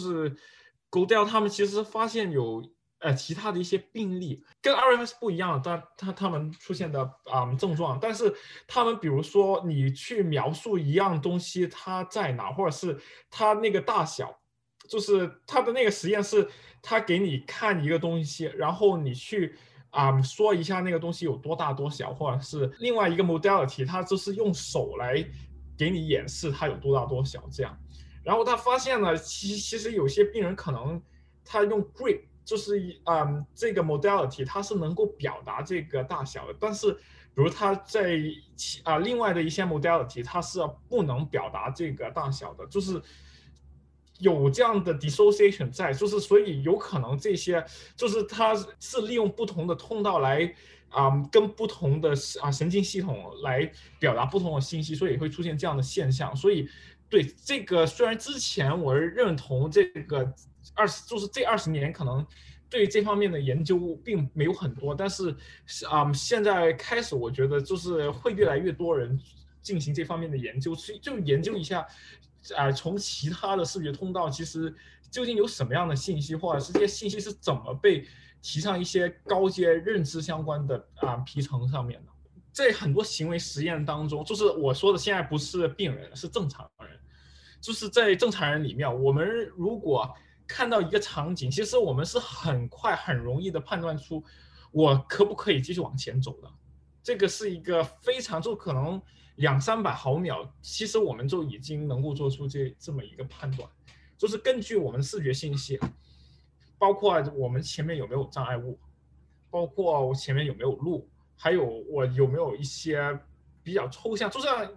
Godel 他们其实发现有其他的一些病例跟 RFS 不一样，他们出现的症状，但是他们比如说你去描述一样东西它在哪，或者是它那个大小。就是他的那个实验是，他给你看一个东西，然后你去说一下那个东西有多大多小，或者是另外一个 modality， 他就是用手来给你演示它有多大多小这样。然后他发现了，其实有些病人可能他用 grip， 就是这个 modality 它是能够表达这个大小的，但是比如他在另外的一些 modality 它是不能表达这个大小的，就是有这样的 dissociation 在，就是所以有可能这些就是它是利用不同的通道来跟不同的神经系统来表达不同的信息，所以会出现这样的现象。所以对这个虽然之前我认同这个就是这20年可能对这方面的研究并没有很多，但是现在开始我觉得就是会越来越多人进行这方面的研究，所以就研究一下从其他的视觉通道其实究竟有什么样的信息，或者是这些信息是怎么被提上一些高阶认知相关的皮层上面的。在很多行为实验当中，就是我说的现在不是病人，是正常人，就是在正常人里面，我们如果看到一个场景，其实我们是很快很容易的判断出我可不可以继续往前走的。这个是一个非常就可能200-300毫秒，其实我们就已经能够做出这么一个判断，就是根据我们视觉信息，包括我们前面有没有障碍物，包括我前面有没有路，还有我有没有一些比较抽象，就像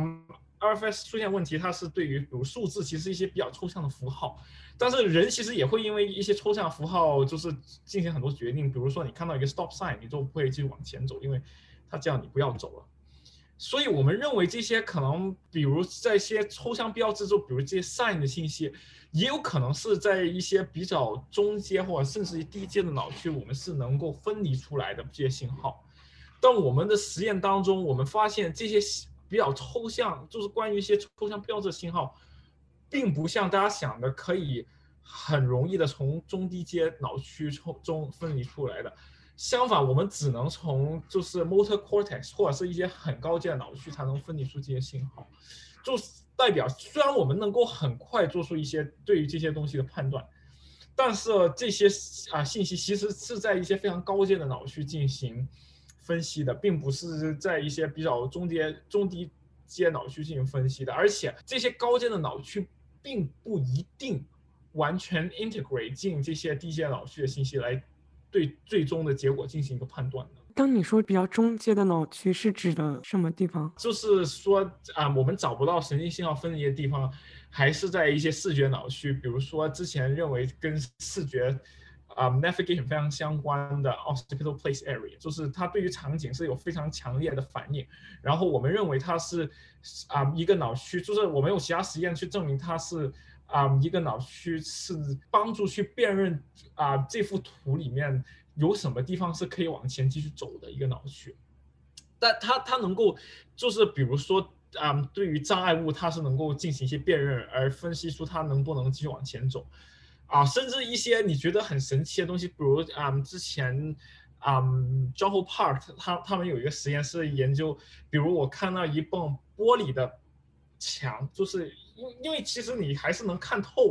RFS 出现问题，它是对于比如数字其实一些比较抽象的符号，但是人其实也会因为一些抽象符号就是进行很多决定，比如说你看到一个 stop sign， 你就不会继续往前走，因为它叫你不要走了。所以我们认为这些可能比如在一些抽象标志，就比如这些 sign 的信息，也有可能是在一些比较中阶或者甚至于低阶的脑区，我们是能够分离出来的这些信号。但我们的实验当中，我们发现这些比较抽象，就是关于一些抽象标志信号，并不像大家想的可以很容易的从中低阶脑区中分离出来的。相反，我们只能从就是 motor cortex 或者是一些很高阶的脑区才能分离出这些信号，就代表虽然我们能够很快做出一些对于这些东西的判断，但是这些信息其实是在一些非常高阶的脑区进行分析的，并不是在一些比较中低阶脑区进行分析的，而且这些高阶的脑区并不一定完全 integrate 进这些低阶脑区的信息来对最终的结果进行一个判断的。 当你说比较中阶的脑区是指的什么地方？ 就是说我们找不到神经信号分离的地方，还是在一些视觉脑区，比如说之前认为跟视觉navigation 非常相关的 occipital place area， 就是它对于场景是有非常强烈的反应，然后我们认为它是一个脑区，就是我们有其他实验去证明它是一个脑区是帮助去辨认这幅图里面有什么地方是可以往前继续走的一个脑区。但它能够就是比如说对于障碍物它是能够进行一些辨认，而分析出它能不能继续往前走甚至一些你觉得很神奇的东西，比如之前John Park 他们有一个实验是研究，比如我看到一泵玻璃的墙，就是因为其实你还是能看透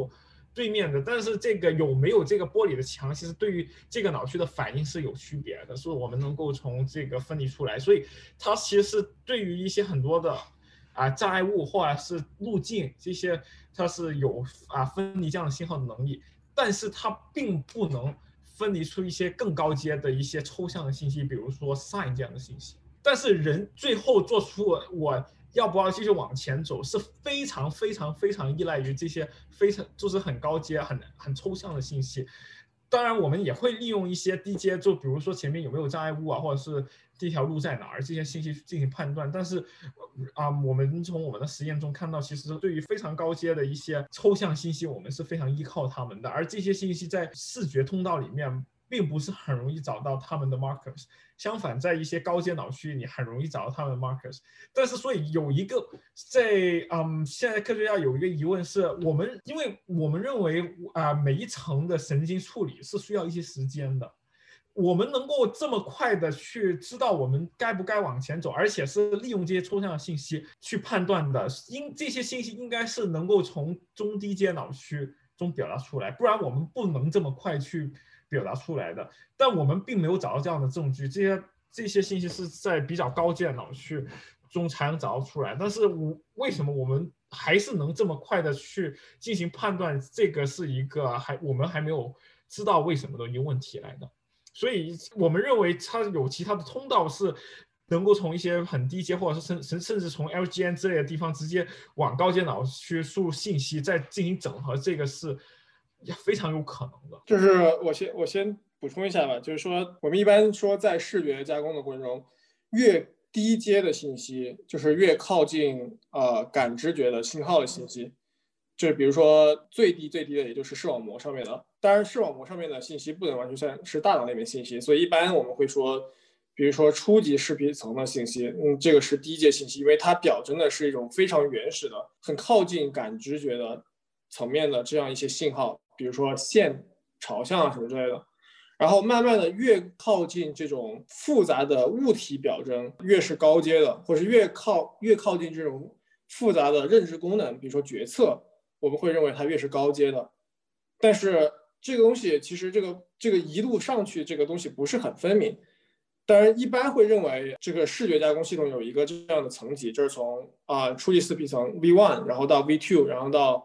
对面的，但是这个有没有这个玻璃的墙，其实对于这个脑区的反应是有区别的，所以我们能够从这个分离出来。所以它其实是对于一些很多的障碍物或者是路径这些，它是有分离这样的信号的能力，但是它并不能分离出一些更高阶的一些抽象的信息，比如说 sign 这样的信息。但是人最后做出我要不要继续往前走，是非常非常非常依赖于这些非常就是很高阶、很抽象的信息。当然，我们也会利用一些低阶，就比如说前面有没有障碍物或者是这条路在哪儿，这些信息进行判断。但是，我们从我们的实验中看到，其实对于非常高阶的一些抽象信息，我们是非常依靠它们的。而这些信息在视觉通道里面，并不是很容易找到他们的 markers， 相反，在一些高阶脑区，你很容易找到他们的 markers。但是，所以有一个现在科学家有一个疑问是，因为我们认为每一层的神经处理是需要一些时间的。我们能够这么快的去知道我们该不该往前走，而且是利用这些抽象的信息去判断的，这些信息应该是能够从中低阶脑区中表达出来，不然我们不能这么快去表达出来的。但我们并没有找到这样的证据，这些信息是在比较高阶的脑区中才能找到出来。但是为什么我们还是能这么快的去进行判断？这个是一个我们还没有知道为什么的一个问题来的。所以我们认为它有其他的通道是能够从一些很低阶，或者是甚至从 LGN 之类的地方直接往高阶脑区输入信息，再进行整合，这个是非常有可能的。 就是我先补充一下吧，就是说我们一般说在视觉加工的过程中，越低阶的信息就是越靠近感知觉的信号的信息。就是比如说最低的也就是视网膜上面的，当然视网膜上面的信息不能完全算是大脑那边信息，所以一般我们会说，比如说初级视皮层的信息，这个是低阶信息，因为它表征的是一种非常原始的、很靠近感知觉的层面的这样一些信号，比如说线、朝向什么之类的。然后慢慢的越靠近这种复杂的物体表征，越是高阶的，或是越靠近这种复杂的认知功能，比如说决策。我们会认为它越是高阶的，但是这个东西其实这个一路上去，这个东西不是很分明。当然，一般会认为这个视觉加工系统有一个这样的层级，就是从初级视皮层 V1， 然后到 V2， 然后到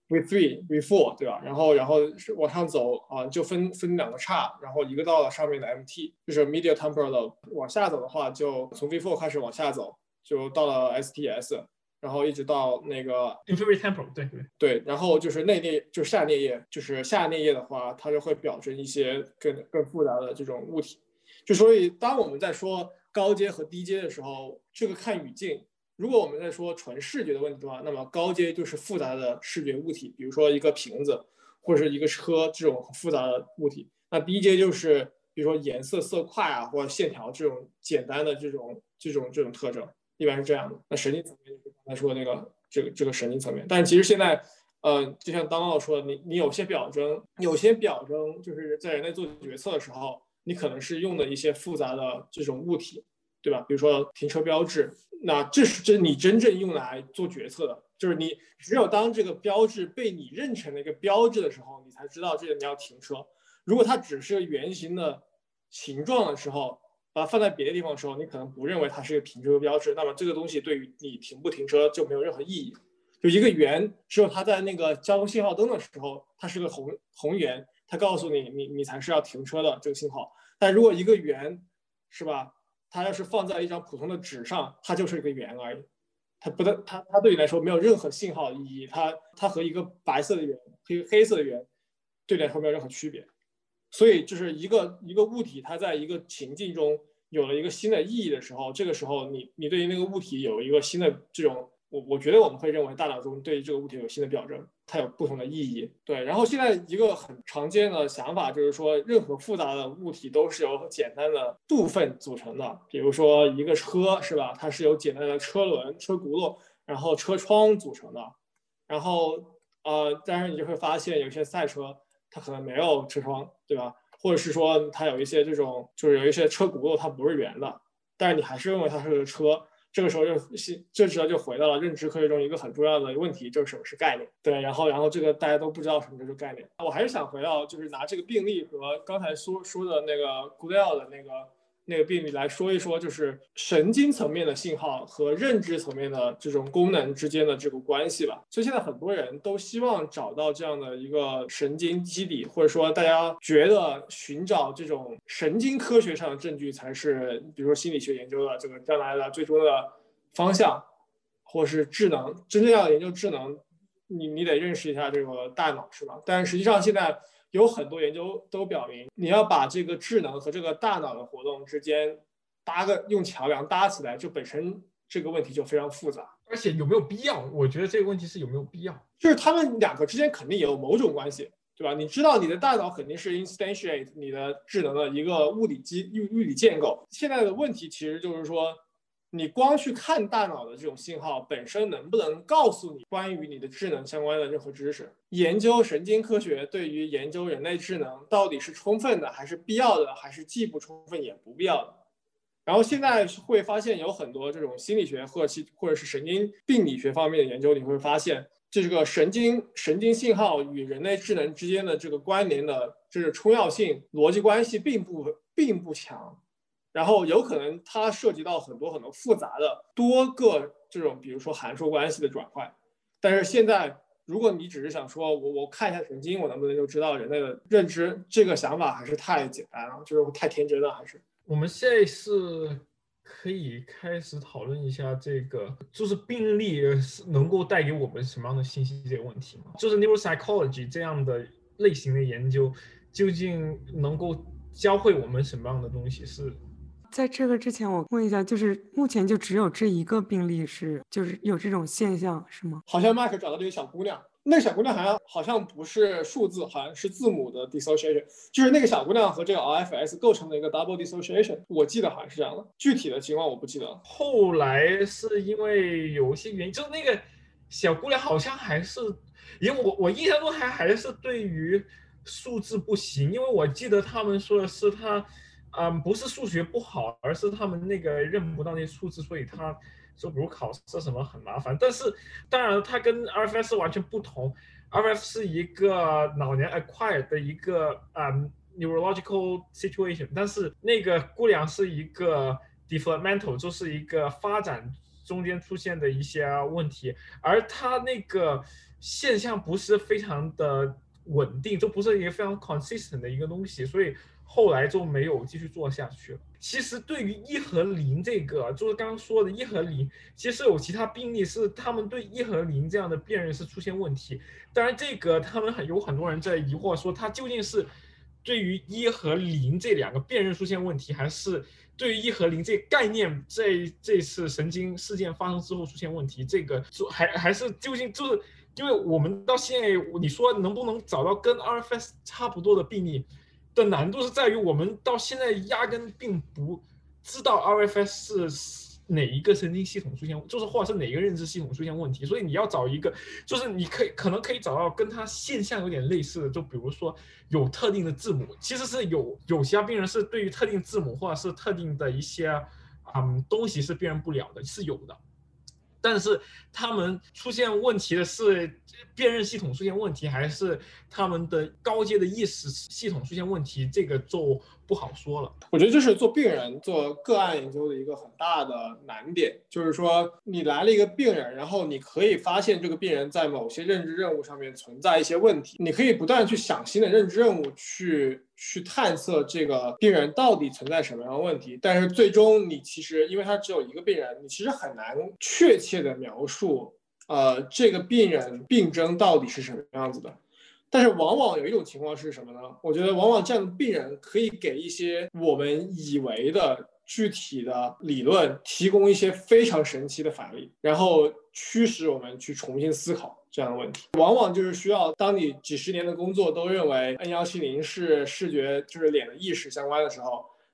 V3、V4， 对吧？然后往上走就分两个叉，然后一个到了上面的 MT， 就是 Medial Temporal Lobe。往下走的话，就从 V4 开始往下走，就到了 STS。然后一直到那个 inferior temporal， 对，然后就是内颞，就是下颞叶，就是下颞叶的话，它就会表征一些更复杂的这种物体。就所以当我们在说高阶和低阶的时候，这个看语境。如果我们在说纯视觉的问题的话，那么高阶就是复杂的视觉物体，比如说一个瓶子或者是一个车这种复杂的物体。那低阶就是比如说颜色、色块或者线条这种简单的这种特征。一般是这样的。那神经层面就是刚才说的那个这个神经层面，但其实现在就像当奥说的，你有些表征就是在人类做决策的时候，你可能是用的一些复杂的这种物体，对吧？比如说停车标志，那这是你真正用来做决策的，就是你只有当这个标志被你认成了一个标志的时候，你才知道这个你要停车。如果它只是圆形的形状的时候，把它放在别的地方的时候，你可能不认为它是一个停车标志，那么这个东西对于你停不停车就没有任何意义。就一个圆，只有它在那个交通信号灯的时候，它是个红圆，它告诉你才是要停车的这个信号。但如果一个圆，是吧？它要是放在一张普通的纸上，它就是一个圆而已。它对你来说没有任何信号意义，它和一个白色的圆、黑色的圆对你来说没有任何区别。所以就是一个物体，它在一个情境中有了一个新的意义的时候，这个时候你对于那个物体有一个新的这种，我觉得我们会认为大脑中对于这个物体有新的表征，它有不同的意义。对，然后现在一个很常见的想法就是说，任何复杂的物体都是由简单的部分组成的，比如说一个车是吧，它是由简单的车轮、车轱辘，然后车窗组成的。然后当然你就会发现有些赛车它可能没有车窗，对吧？或者是说它有一些这种，就是有一些车轱辘它不是圆的，但是你还是认为它是个车。 这个时候这时候就回到了认知科学中一个很重要的问题，就是什么是概念。对，然后这个大家都不知道什么就是概念。我还是想回到就是拿这个病例和刚才说的那个 Goodell 的那个病例来说一说，就是神经层面的信号和认知层面的这种功能之间的这个关系吧。所以现在很多人都希望找到这样的一个神经基底，或者说大家觉得寻找这种神经科学上的证据才是，比如说心理学研究的这个将来的最终的方向，或是智能。真正要研究智能，你得认识一下这个大脑，是吧？但实际上现在有很多研究都表明，你要把这个智能和这个大脑的活动之间用桥梁搭起来，就本身这个问题就非常复杂。 而且有没有必要？我觉得这个问题是有没有必要， 就是他们两个之间肯定也有某种关系，对吧？你知道你的大脑肯定是 instantiate 你的智能的一个物理建构。现在的问题其实就是说，你光去看大脑的这种信号本身能不能告诉你关于你的智能相关的任何知识？研究神经科学对于研究人类智能到底是充分的，还是必要的，还是既不充分也不必要的？然后现在会发现有很多这种心理学或者是神经病理学方面的研究，你会发现这个神经信号与人类智能之间的这个关联的这个冲要性逻辑关系并不强。然后有可能它涉及到很多复杂的多个这种比如说函数关系的转换。但是现在如果你只是想说我看一下神经我能不能就知道人类的认知，这个想法还是太简单了，就是太天真了。还是我们现在是可以开始讨论一下这个，就是病例能够带给我们什么样的信息这个问题吗？就是 neuropsychology 这样的类型的研究究竟能够教会我们什么样的东西？是在这个之前，我问一下，就是目前就只有这一个病例就是有这种现象是吗？ 好像 Mark 找到这个小姑娘，那个小姑娘好像不是数字，好像是字母的 dissociation， 就是那个小姑娘和这个 RFS 构成的一个 double dissociation， 我记得好像是这样的，具体的情况我不记得了。 后来是因为有一些原因，就那个小姑娘好像还是，因为我印象中还是对于数字不行，因为我记得他们说的是她。不是数学不好，而是他们那个认不到那些数字，所以他就比如考试什么很麻烦。但是当然，它跟 RFS 完全不同。RFS 是一个脑年 acquired 的一个neurological situation， 但是那个姑娘是一个 developmental， 就是一个发展中间出现的一些问题，而它那个现象不是非常的稳定，就不是一个非常 consistent 的一个东西，所以后来就没有继续做下去了。其实对于1和0这个，就是刚刚说的1和0，其实有其他病例是他们对1和0这样的辨认是出现问题。当然，这个他们有很多人在疑惑说，它究竟是对于1和0这两个辨认出现问题，还是对于1和0这个概念这次神经事件发生之后出现问题？这个还是究竟就是。因为我们到现在，你说能不能找到跟 RFS 差不多的病例的难度是在于我们到现在压根并不知道 RFS 是哪一个神经系统出现，就是或者是哪个认知系统出现问题，所以你要找一个，就是你可能可以找到跟它现象有点类似的，就比如说有特定的字母，其实是有其他病人是对于特定字母或者是特定的一些东西是辨认不了的，是有的。但是他们出现问题的是辨认系统出现问题，还是他们的高阶的意识系统出现问题，这个就不好说了。 我觉得这是做病人做个案研究的一个很大的难点，就是说你来了一个病人，然后你可以发现这个病人在某些认知任务上面存在一些问题，你可以不断去想新的认知任务去探测这个病人到底存在什么样的问题，但是最终你其实因为他只有一个病人，你其实很难确切的描述这个病人病症到底是什么样子的。但是往往有一种情况是什么呢？我觉得往往这样的病人可以给一些我们以为的具体的理论提供一些非常神奇的反例，然后驱使我们去重新思考这样的问题。往往就是需要当你几十年的工作都认为 N170是视觉就是脸的意识相关的时候，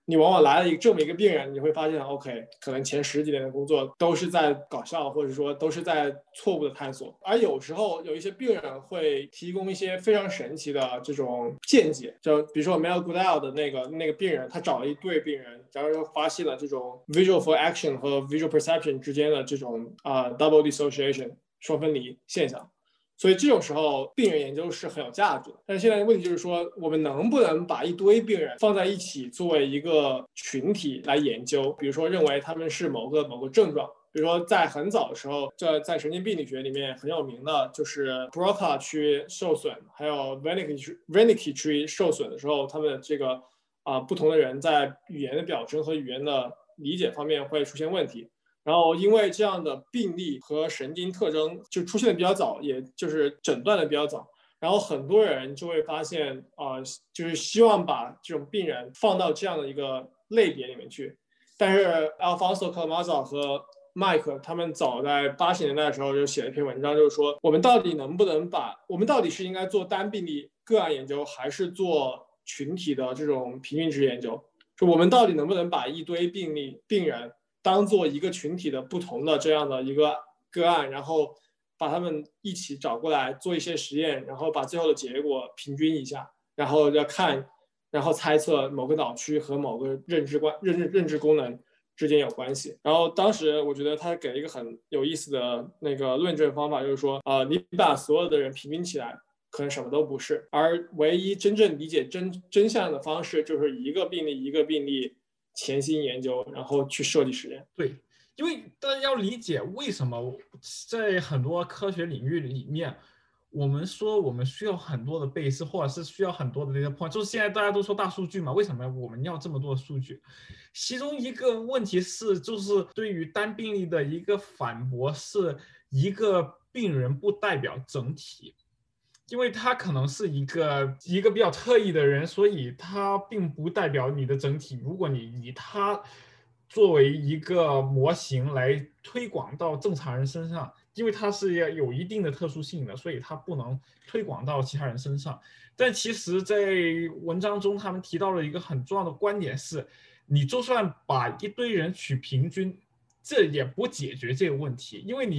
你往往来了这么一个病人，你会发现 OK， 可能前10几年的工作都是在搞笑，或者说都是在错误的探索。而有时候有一些病人会提供一些非常神奇的这种见解，就比如说 Mel Goodell 的那个病人，他找了一对病人，然后发现了这种 visual for action 和 visual perception 之间的这种double dissociation 双分离现象。所以这种时候病人研究是很有价值的，但是现在的问题就是说，我们能不能把一堆病人放在一起作为一个群体来研究，比如说认为他们是某个症状，比如说在很早的时候，在神经病理学里面很有名的就是 Broca 区受损，还有 Wernicke 区受损的时候，他们这个不同的人在语言的表征和语言的理解方面会出现问题。然后因为这样的病例和神经特征就出现的比较早，也就是诊断的比较早，然后很多人就会发现就是希望把这种病人放到这样的一个类别里面去。但是 Alfonso Camaza 和 Mike 他们早在80年代的时候就写了一篇文章，就是说我们到底是应该做单病例个案研究，还是做群体的这种平均值研究？就我们到底能不能把一堆病人当做一个群体的不同的这样的一个个案，然后把他们一起找过来做一些实验，然后把最后的结果平均一下，然后要看，然后猜测某个脑区和某个认知功能之间有关系。然后当时我觉得他给了一个很有意思的那个论证方法，就是说你把所有的人平均起来，可能什么都不是，而唯一真正理解真相的方式就是一个病例潜心研究，然后去设计实验。 对，因为大家要理解为什么在很多科学领域里面，我们说我们需要很多的贝氏，或者是需要很多的data point，就是现在大家都说大数据嘛，为什么我们要这么多的数据？其中一个问题是，就是对于单病例的一个反驳是，一个病人不代表整体。因为他可能是一个比较特异的人，所以他并不代表你的整体。如果你以他作为一个模型来推广到正常人身上，因为他是有一定的特殊性的，所以他不能推广到其他人身上。但其实在文章中他们提到了一个很重要的观点是，你就算把一堆人取平均，这也不解决这个问题，因为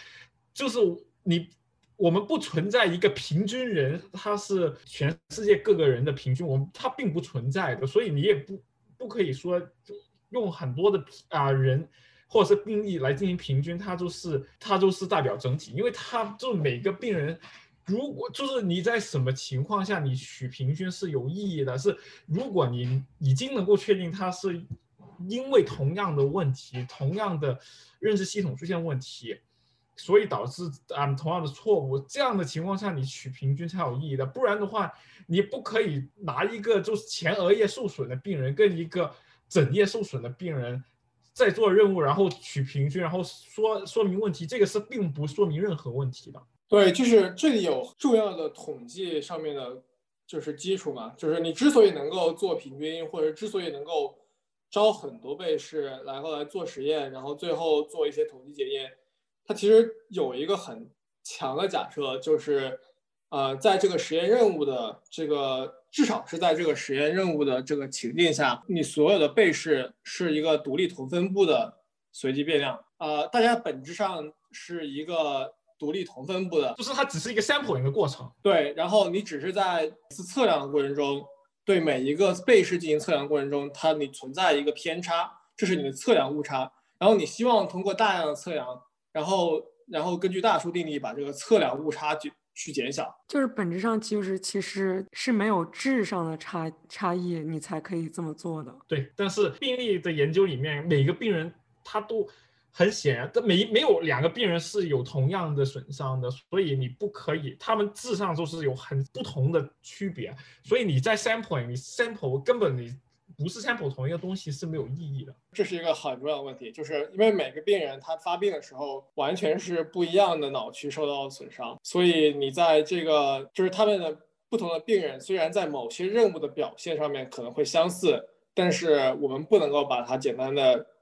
我们不存在一个平均人，他是全世界各个人的平均，他并不存在的，所以你也不可以说用很多的人或者是病例来进行平均，它就是代表整体，因为它就每个病人，如果就是你在什么情况下你取平均是有意义的，是如果你已经能够确定它是因为同样的问题，同样的认知系统出现问题，所以导致同样的错误，这样的情况下你取平均才有意义的，不然的话你不可以拿一个就是前额叶受损的病人跟一个枕叶受损的病人在做任务，然后取平均，然后说明问题，这个是并不说明任何问题的。 对，就是这里有重要的统计上面的就是基础嘛，就是你之所以能够做平均，或者之所以能够招很多被试然后来做实验，然后最后做一些统计检验，它其实有一个很强的假设，就是在这个实验任务的这个至少是在这个实验任务的这个情境下，你所有的被试是一个独立同分布的随机变量，大家本质上是一个独立同分布的， 就是它只是一个 sampling 的过程。 对，然后你只是在测量的过程中，对每一个被试进行测量过程中，你存在一个偏差，这是你的测量误差。然后你希望通过大量的测量，然后根据大数定理把这个测量误差去减小。 就是本质上就是其实是没有质上的差异，你才可以这么做的。 对，但是病例的研究里面，每个病人他都很显然，没有2个病人是有同样的损伤的，所以你不可以，他们质上就是有很不同的区别，所以你在 sample 根本你不是 sample 同一个东西是没有意义的。 这是一个很重要的问题，就是因为每个病人他发病的时候完全是不一样的脑区受到损伤，所以你在这个就是他们的不同的病人虽然在某些任务的表现上面可能会相似，但是我们不能够把它简单的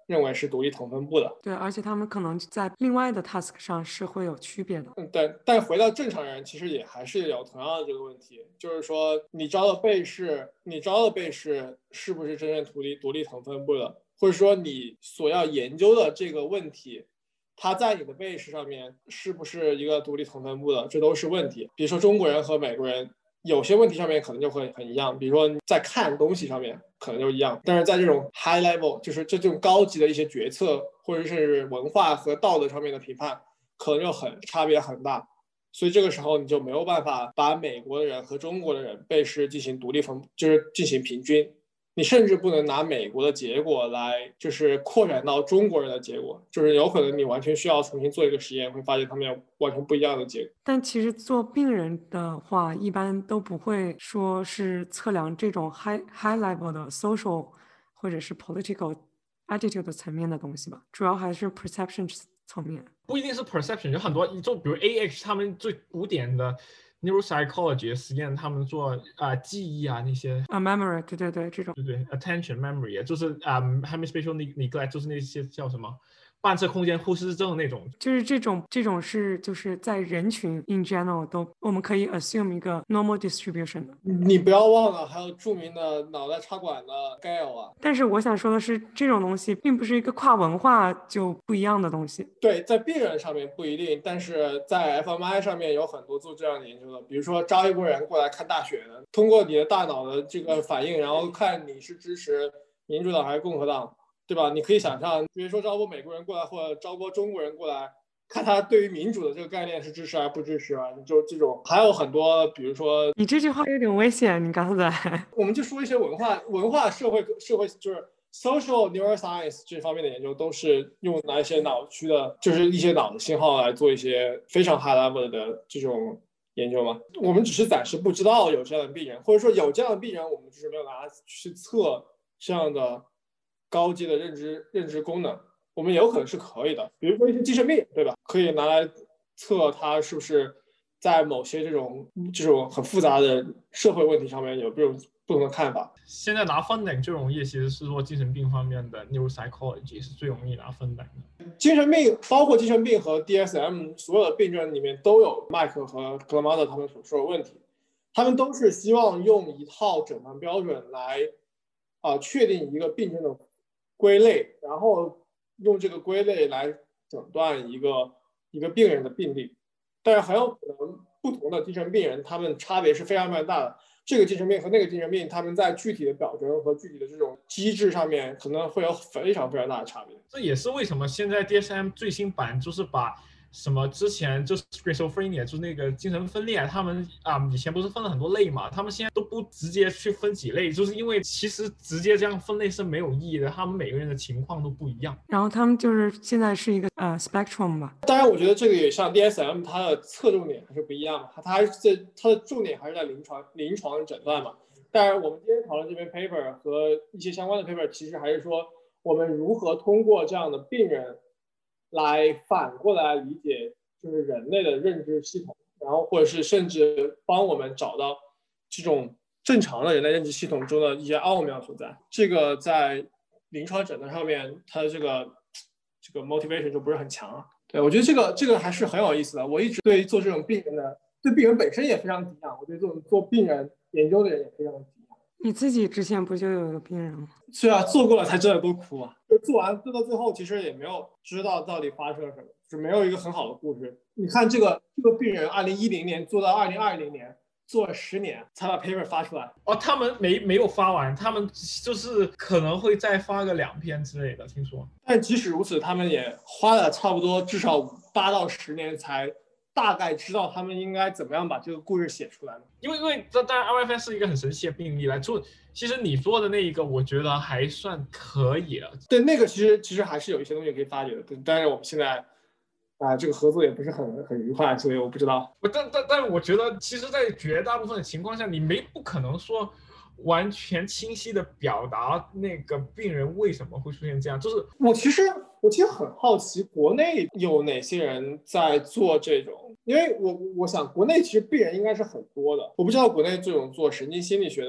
认为是独立同分布的。 对，而且他们可能在另外的 task 上是会有区别的。 对，但回到正常人，其实也还是有同样的这个问题，就是说你招的被试是不是真正独立同分布的，或者说你所要研究的这个问题，它在你的被试上面是不是一个独立同分布的，这都是问题。比如说中国人和美国人有些问题上面可能就会很一样，比如说在看东西上面可能就一样，但是在这种 high level， 就是这种高级的一些决策或者是文化和道德上面的评判，可能就差别很大。所以这个时候你就没有办法把美国的人和中国的人被试进行就是进行平均。你甚至不能拿美国的结果来就是扩展到中国人的结果，就是有可能你完全需要重新做一个实验，会发现他们有完全不一样的结果。 但其实做病人的话，一般都不会说是测量这种 high level 的 social 或者是 political attitude 层面的东西吧，主要还是 perception 层面。 不一定是 perception， 有很多，就比如 AH 他们最古典的 neuropsychology 实验，他们做记忆那些 memory， 对这种， 对 attention memory， 就是hemispatial neglect， 就是那些叫什么半侧空间忽视症那种， 就是这种是就是在人群 in general 都我们可以 assume 一个 normal distribution 的。 你不要忘了还有著名的脑袋插管的 Gale 啊。 但是我想说的是，这种东西并不是一个跨文化就不一样的东西。 对，在病人上面不一定，但是在 fMRI 上面有很多做这样的研究的，比如说招一波人过来看大选的，通过你的大脑的这个反应，然后看你是支持民主党还是共和党，对吧？你可以想象，比如说招波美国人过来或者招波中国人过来，看他对于民主的这个概念是支持还是不支持啊？就这种，还有很多，比如说你这句话有点危险，你刚才我们就说一些文化社会就是 social neuroscience 这方面的研究，都是用拿一些脑区的，就是一些脑的信号来做一些非常 high level 的这种研究嘛。我们只是暂时不知道有这样的病人，或者说有这样的病人，我们就是没有拿去测这样的高级的认知功能。我们也有可能是可以的，比如说一些精神病，对吧？可以拿来测它是不是在某些这种很复杂的社会问题上面有这种不同的看法。 现在拿分等最容易，其实是说精神病方面的 neuropsychology 是最容易拿分等的。 精神病包括精神病和 DSM 所有的病症里面都有麦克和格拉马德他们所说的问题，他们都是希望用一套诊断标准来确定一个病症的归类，然后用这个归类来诊断一个病人的病例。但是很有可能不同的精神病人他们差别是非常非常大的，这个精神病和那个精神病他们在具体的表征和具体的这种机制上面可能会有非常非常大的差别。 这也是为什么现在 DSM 最新版就是把什么之前就是 schizophrenia 就是那个精神分裂，他们以前不是分了很多类嘛，他们现在都不直接去分几类，就是因为其实直接这样分类是没有意义的，他们每个人的情况都不一样。 然后他们就是现在是一个spectrum 吧。 当然我觉得这个也像 DSM 它的侧重点还是不一样嘛，它的重点还是在临床诊断嘛。当然我们今天讨论这篇 paper 和一些相关的 paper 其实还是说我们如何通过这样的病人来反过来理解就是人类的认知系统，然后或者是甚至帮我们找到这种正常的人类认知系统中的一些奥妙所在。这个在临床诊断上面它的这个 motivation 就不是很强啊。对，我觉得这个还是很有意思的。我一直对做这种病人的，对病人本身也非常抵抗，我对这种做病人研究的人也非常抵抗。 你自己之前不就有一个病人吗？ 是啊，做过了才知道多苦啊！就做到最后，其实也没有知道到底发生了什么，就没有一个很好的故事。你看这个病人，2010年做到2020年，做了10年才把 paper 发出来。 他们没有发完，他们就是可能会再发个2篇之类的，听说。 但即使如此，他们也花了差不多至少8到10年才大概知道他们应该怎么样把这个故事写出来。 因为当然 RFN 是一个很神奇的病例来做，其实你做的那一个我觉得还算可以了。 对，那个其实还是有一些东西可以发掘的，但是我们现在这个合作也不是很愉快，所以我不知道。 但我觉得其实在绝大部分的情况下，你不可能说完全清晰的表达那个病人为什么会出现这样。就是我其实很好奇国内有哪些人在做这种，因为我想国内其实病人应该是很多的，我不知道国内这种做神经心理学的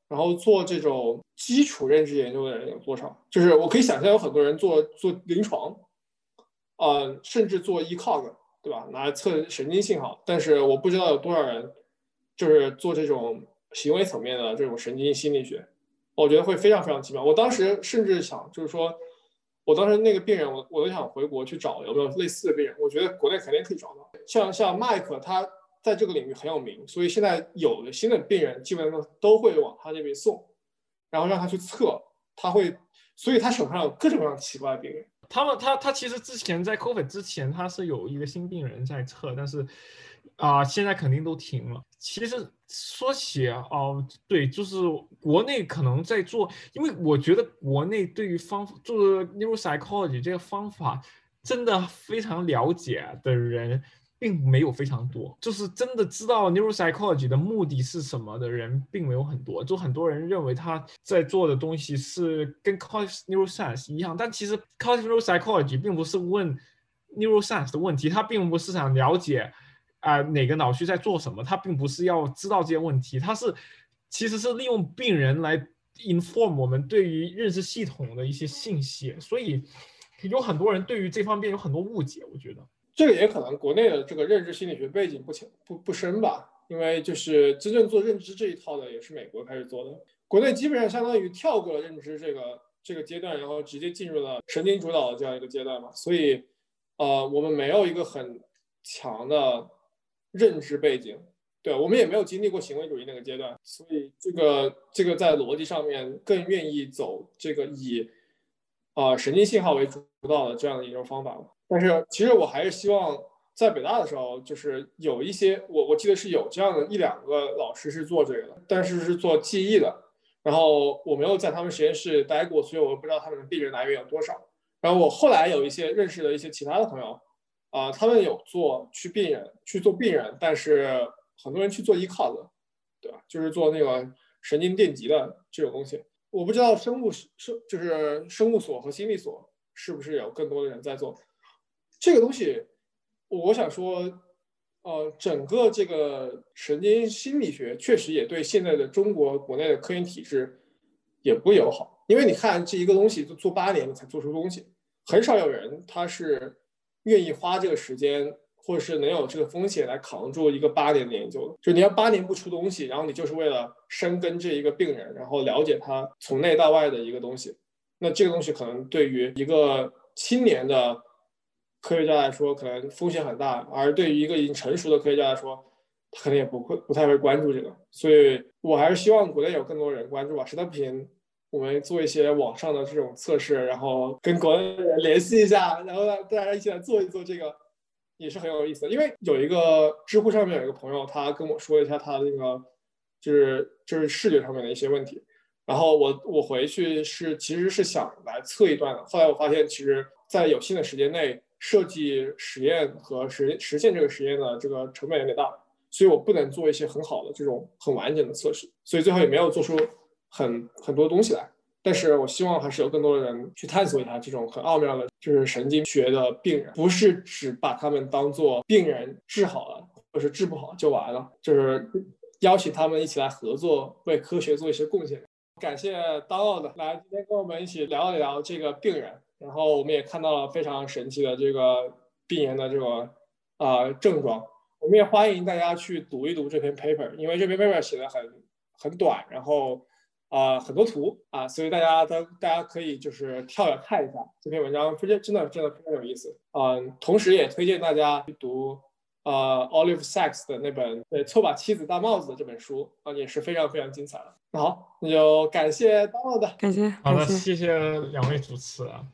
然后做这种基础认知研究的人有多少？就是我可以想象有很多人做临床，甚至做 ECOG， 对吧？拿来测神经信号，但是我不知道有多少人就是做这种行为层面的这种神经心理学，我觉得会非常非常奇妙。我当时甚至想，就是说，我当时那个病人，我都想回国去找有没有类似的病人，我觉得国内肯定可以找到。像麦克他在这个领域很有名，所以现在有的新的病人基本上都会往他那边送，然后让他去测，所以他手上有各种各样奇怪的病人。 他其实之前在 COVID 之前他是有一个新病人在测，但是现在肯定都停了。其实说起对，就是国内可能在做，因为我觉得国内对于做 neuropsychology 这个方法真的非常了解的人并没有非常多，就是真的知道 neuropsychology 的目的是什么的人并没有很多。就很多人认为他在做的东西是跟 cognitive neuroscience 一样，但其实 cognitive neuropsychology 并不是问 neuroscience 的问题，他并不是想了解哪个脑区在做什么，他并不是要知道这些问题，他其实是利用病人来 inform 我们对于认识系统的一些信息，所以有很多人对于这方面有很多误解，我觉得。 这个也可能国内的这个认知心理学背景不深吧，因为就是真正做认知这一套的也是美国开始做的，国内基本上相当于跳过了认知这个阶段，然后直接进入了神经主导的这样一个阶段嘛，所以我们没有一个很强的认知背景，对，我们也没有经历过行为主义那个阶段，所以这个在逻辑上面更愿意走这个以神经信号为主导的这样的研究方法。但是其实我还是希望在北大的时候，就是有一些我记得是有这样的1-2个老师是做这个的，但是是做记忆的。然后我没有在他们实验室待过，所以我不知道他们的病人来源有多少。然后我后来有一些认识的一些其他的朋友，他们有去做病人，但是很多人去做ECOG的，对吧？就是做那个神经电极的这种东西。我不知道就是生物所和心理所是不是有更多的人在做这个东西。我想说，整个这个神经心理学确实也对现在的中国国内的科研体制也不友好，因为你看这一个东西做8年才做出东西，很少有人他是愿意花这个时间或者是能有这个风险来扛住一个8年的研究的。就你要8年不出东西，然后你就是为了深耕这一个病人，然后了解他从内到外的一个东西，那这个东西可能对于一个青年的科学家来说可能风险很大，而对于一个已经成熟的科学家来说，他可能也不太会关注这个。所以我还是希望国内有更多人关注吧，实在不行我们做一些网上的这种测试，然后跟国内的人联系一下，然后大家一起来做一做，这个也是很有意思的。因为有一个知乎上面有一个朋友，他跟我说一下他那个就是视觉上面的一些问题，然后我回去其实是想来测一段的，后来我发现其实在有限的时间内设计实验和实现这个实验的这个成本有点大，所以我不能做一些很好的这种很完整的测试，所以最后也没有做出很多东西来。但是我希望还是有更多的人去探索一下这种很奥妙的就是神经学的病人，不是只把他们当做病人治好了或是治不好就完了，就是邀请他们一起来合作，为科学做一些贡献。感谢 Donald 来今天跟我们一起聊一聊这个病人，然后我们也看到了非常神奇的这个病人的这个症状。我们也欢迎大家去读一读这篇 paper， 因为这篇 paper 写的很短，然后很多图所以大家可以就是跳着看一下这篇文章，真的非常有意思。同时也推荐大家去读Oliver Sacks 的那本错把妻子戴帽子的这本书也是非常非常精彩的。好，那就感谢 Donald， 感谢。 好的，谢谢2位主持啊。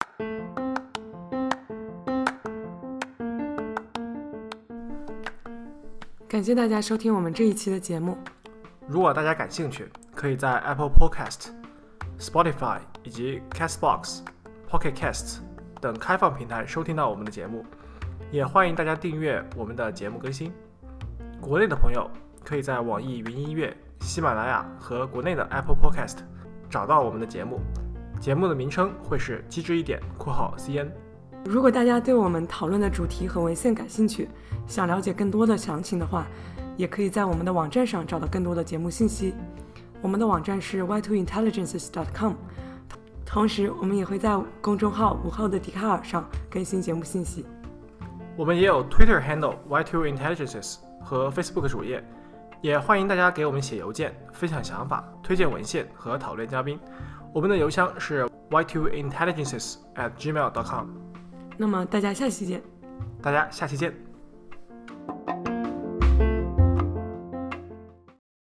感谢大家收听我们这一期的节目。 如果大家感兴趣，可以在 Apple Podcast、Spotify 以及 Castbox、Pocket Casts 等开放平台收听到我们的节目，也欢迎大家订阅我们的节目更新。国内的朋友可以在网易云音乐、喜马拉雅和国内的 Apple Podcast 找到我们的节目，节目的名称会是机智一点（CN）。 如果大家对我们讨论的主题和文献感兴趣，想了解更多的详情的话，也可以在我们的网站上找到更多的节目信息。 我们的网站是 y2intelligences.com， 同时我们也会在公众号午后的笛卡尔上更新节目信息。 我们也有 Twitter handle y2intelligences 和 Facebook 主页，也欢迎大家给我们写邮件，分享想法、推荐文献和讨论嘉宾。我们的邮箱是 y2intelligences@gmail.com。 那么大家下期见。 大家下期见。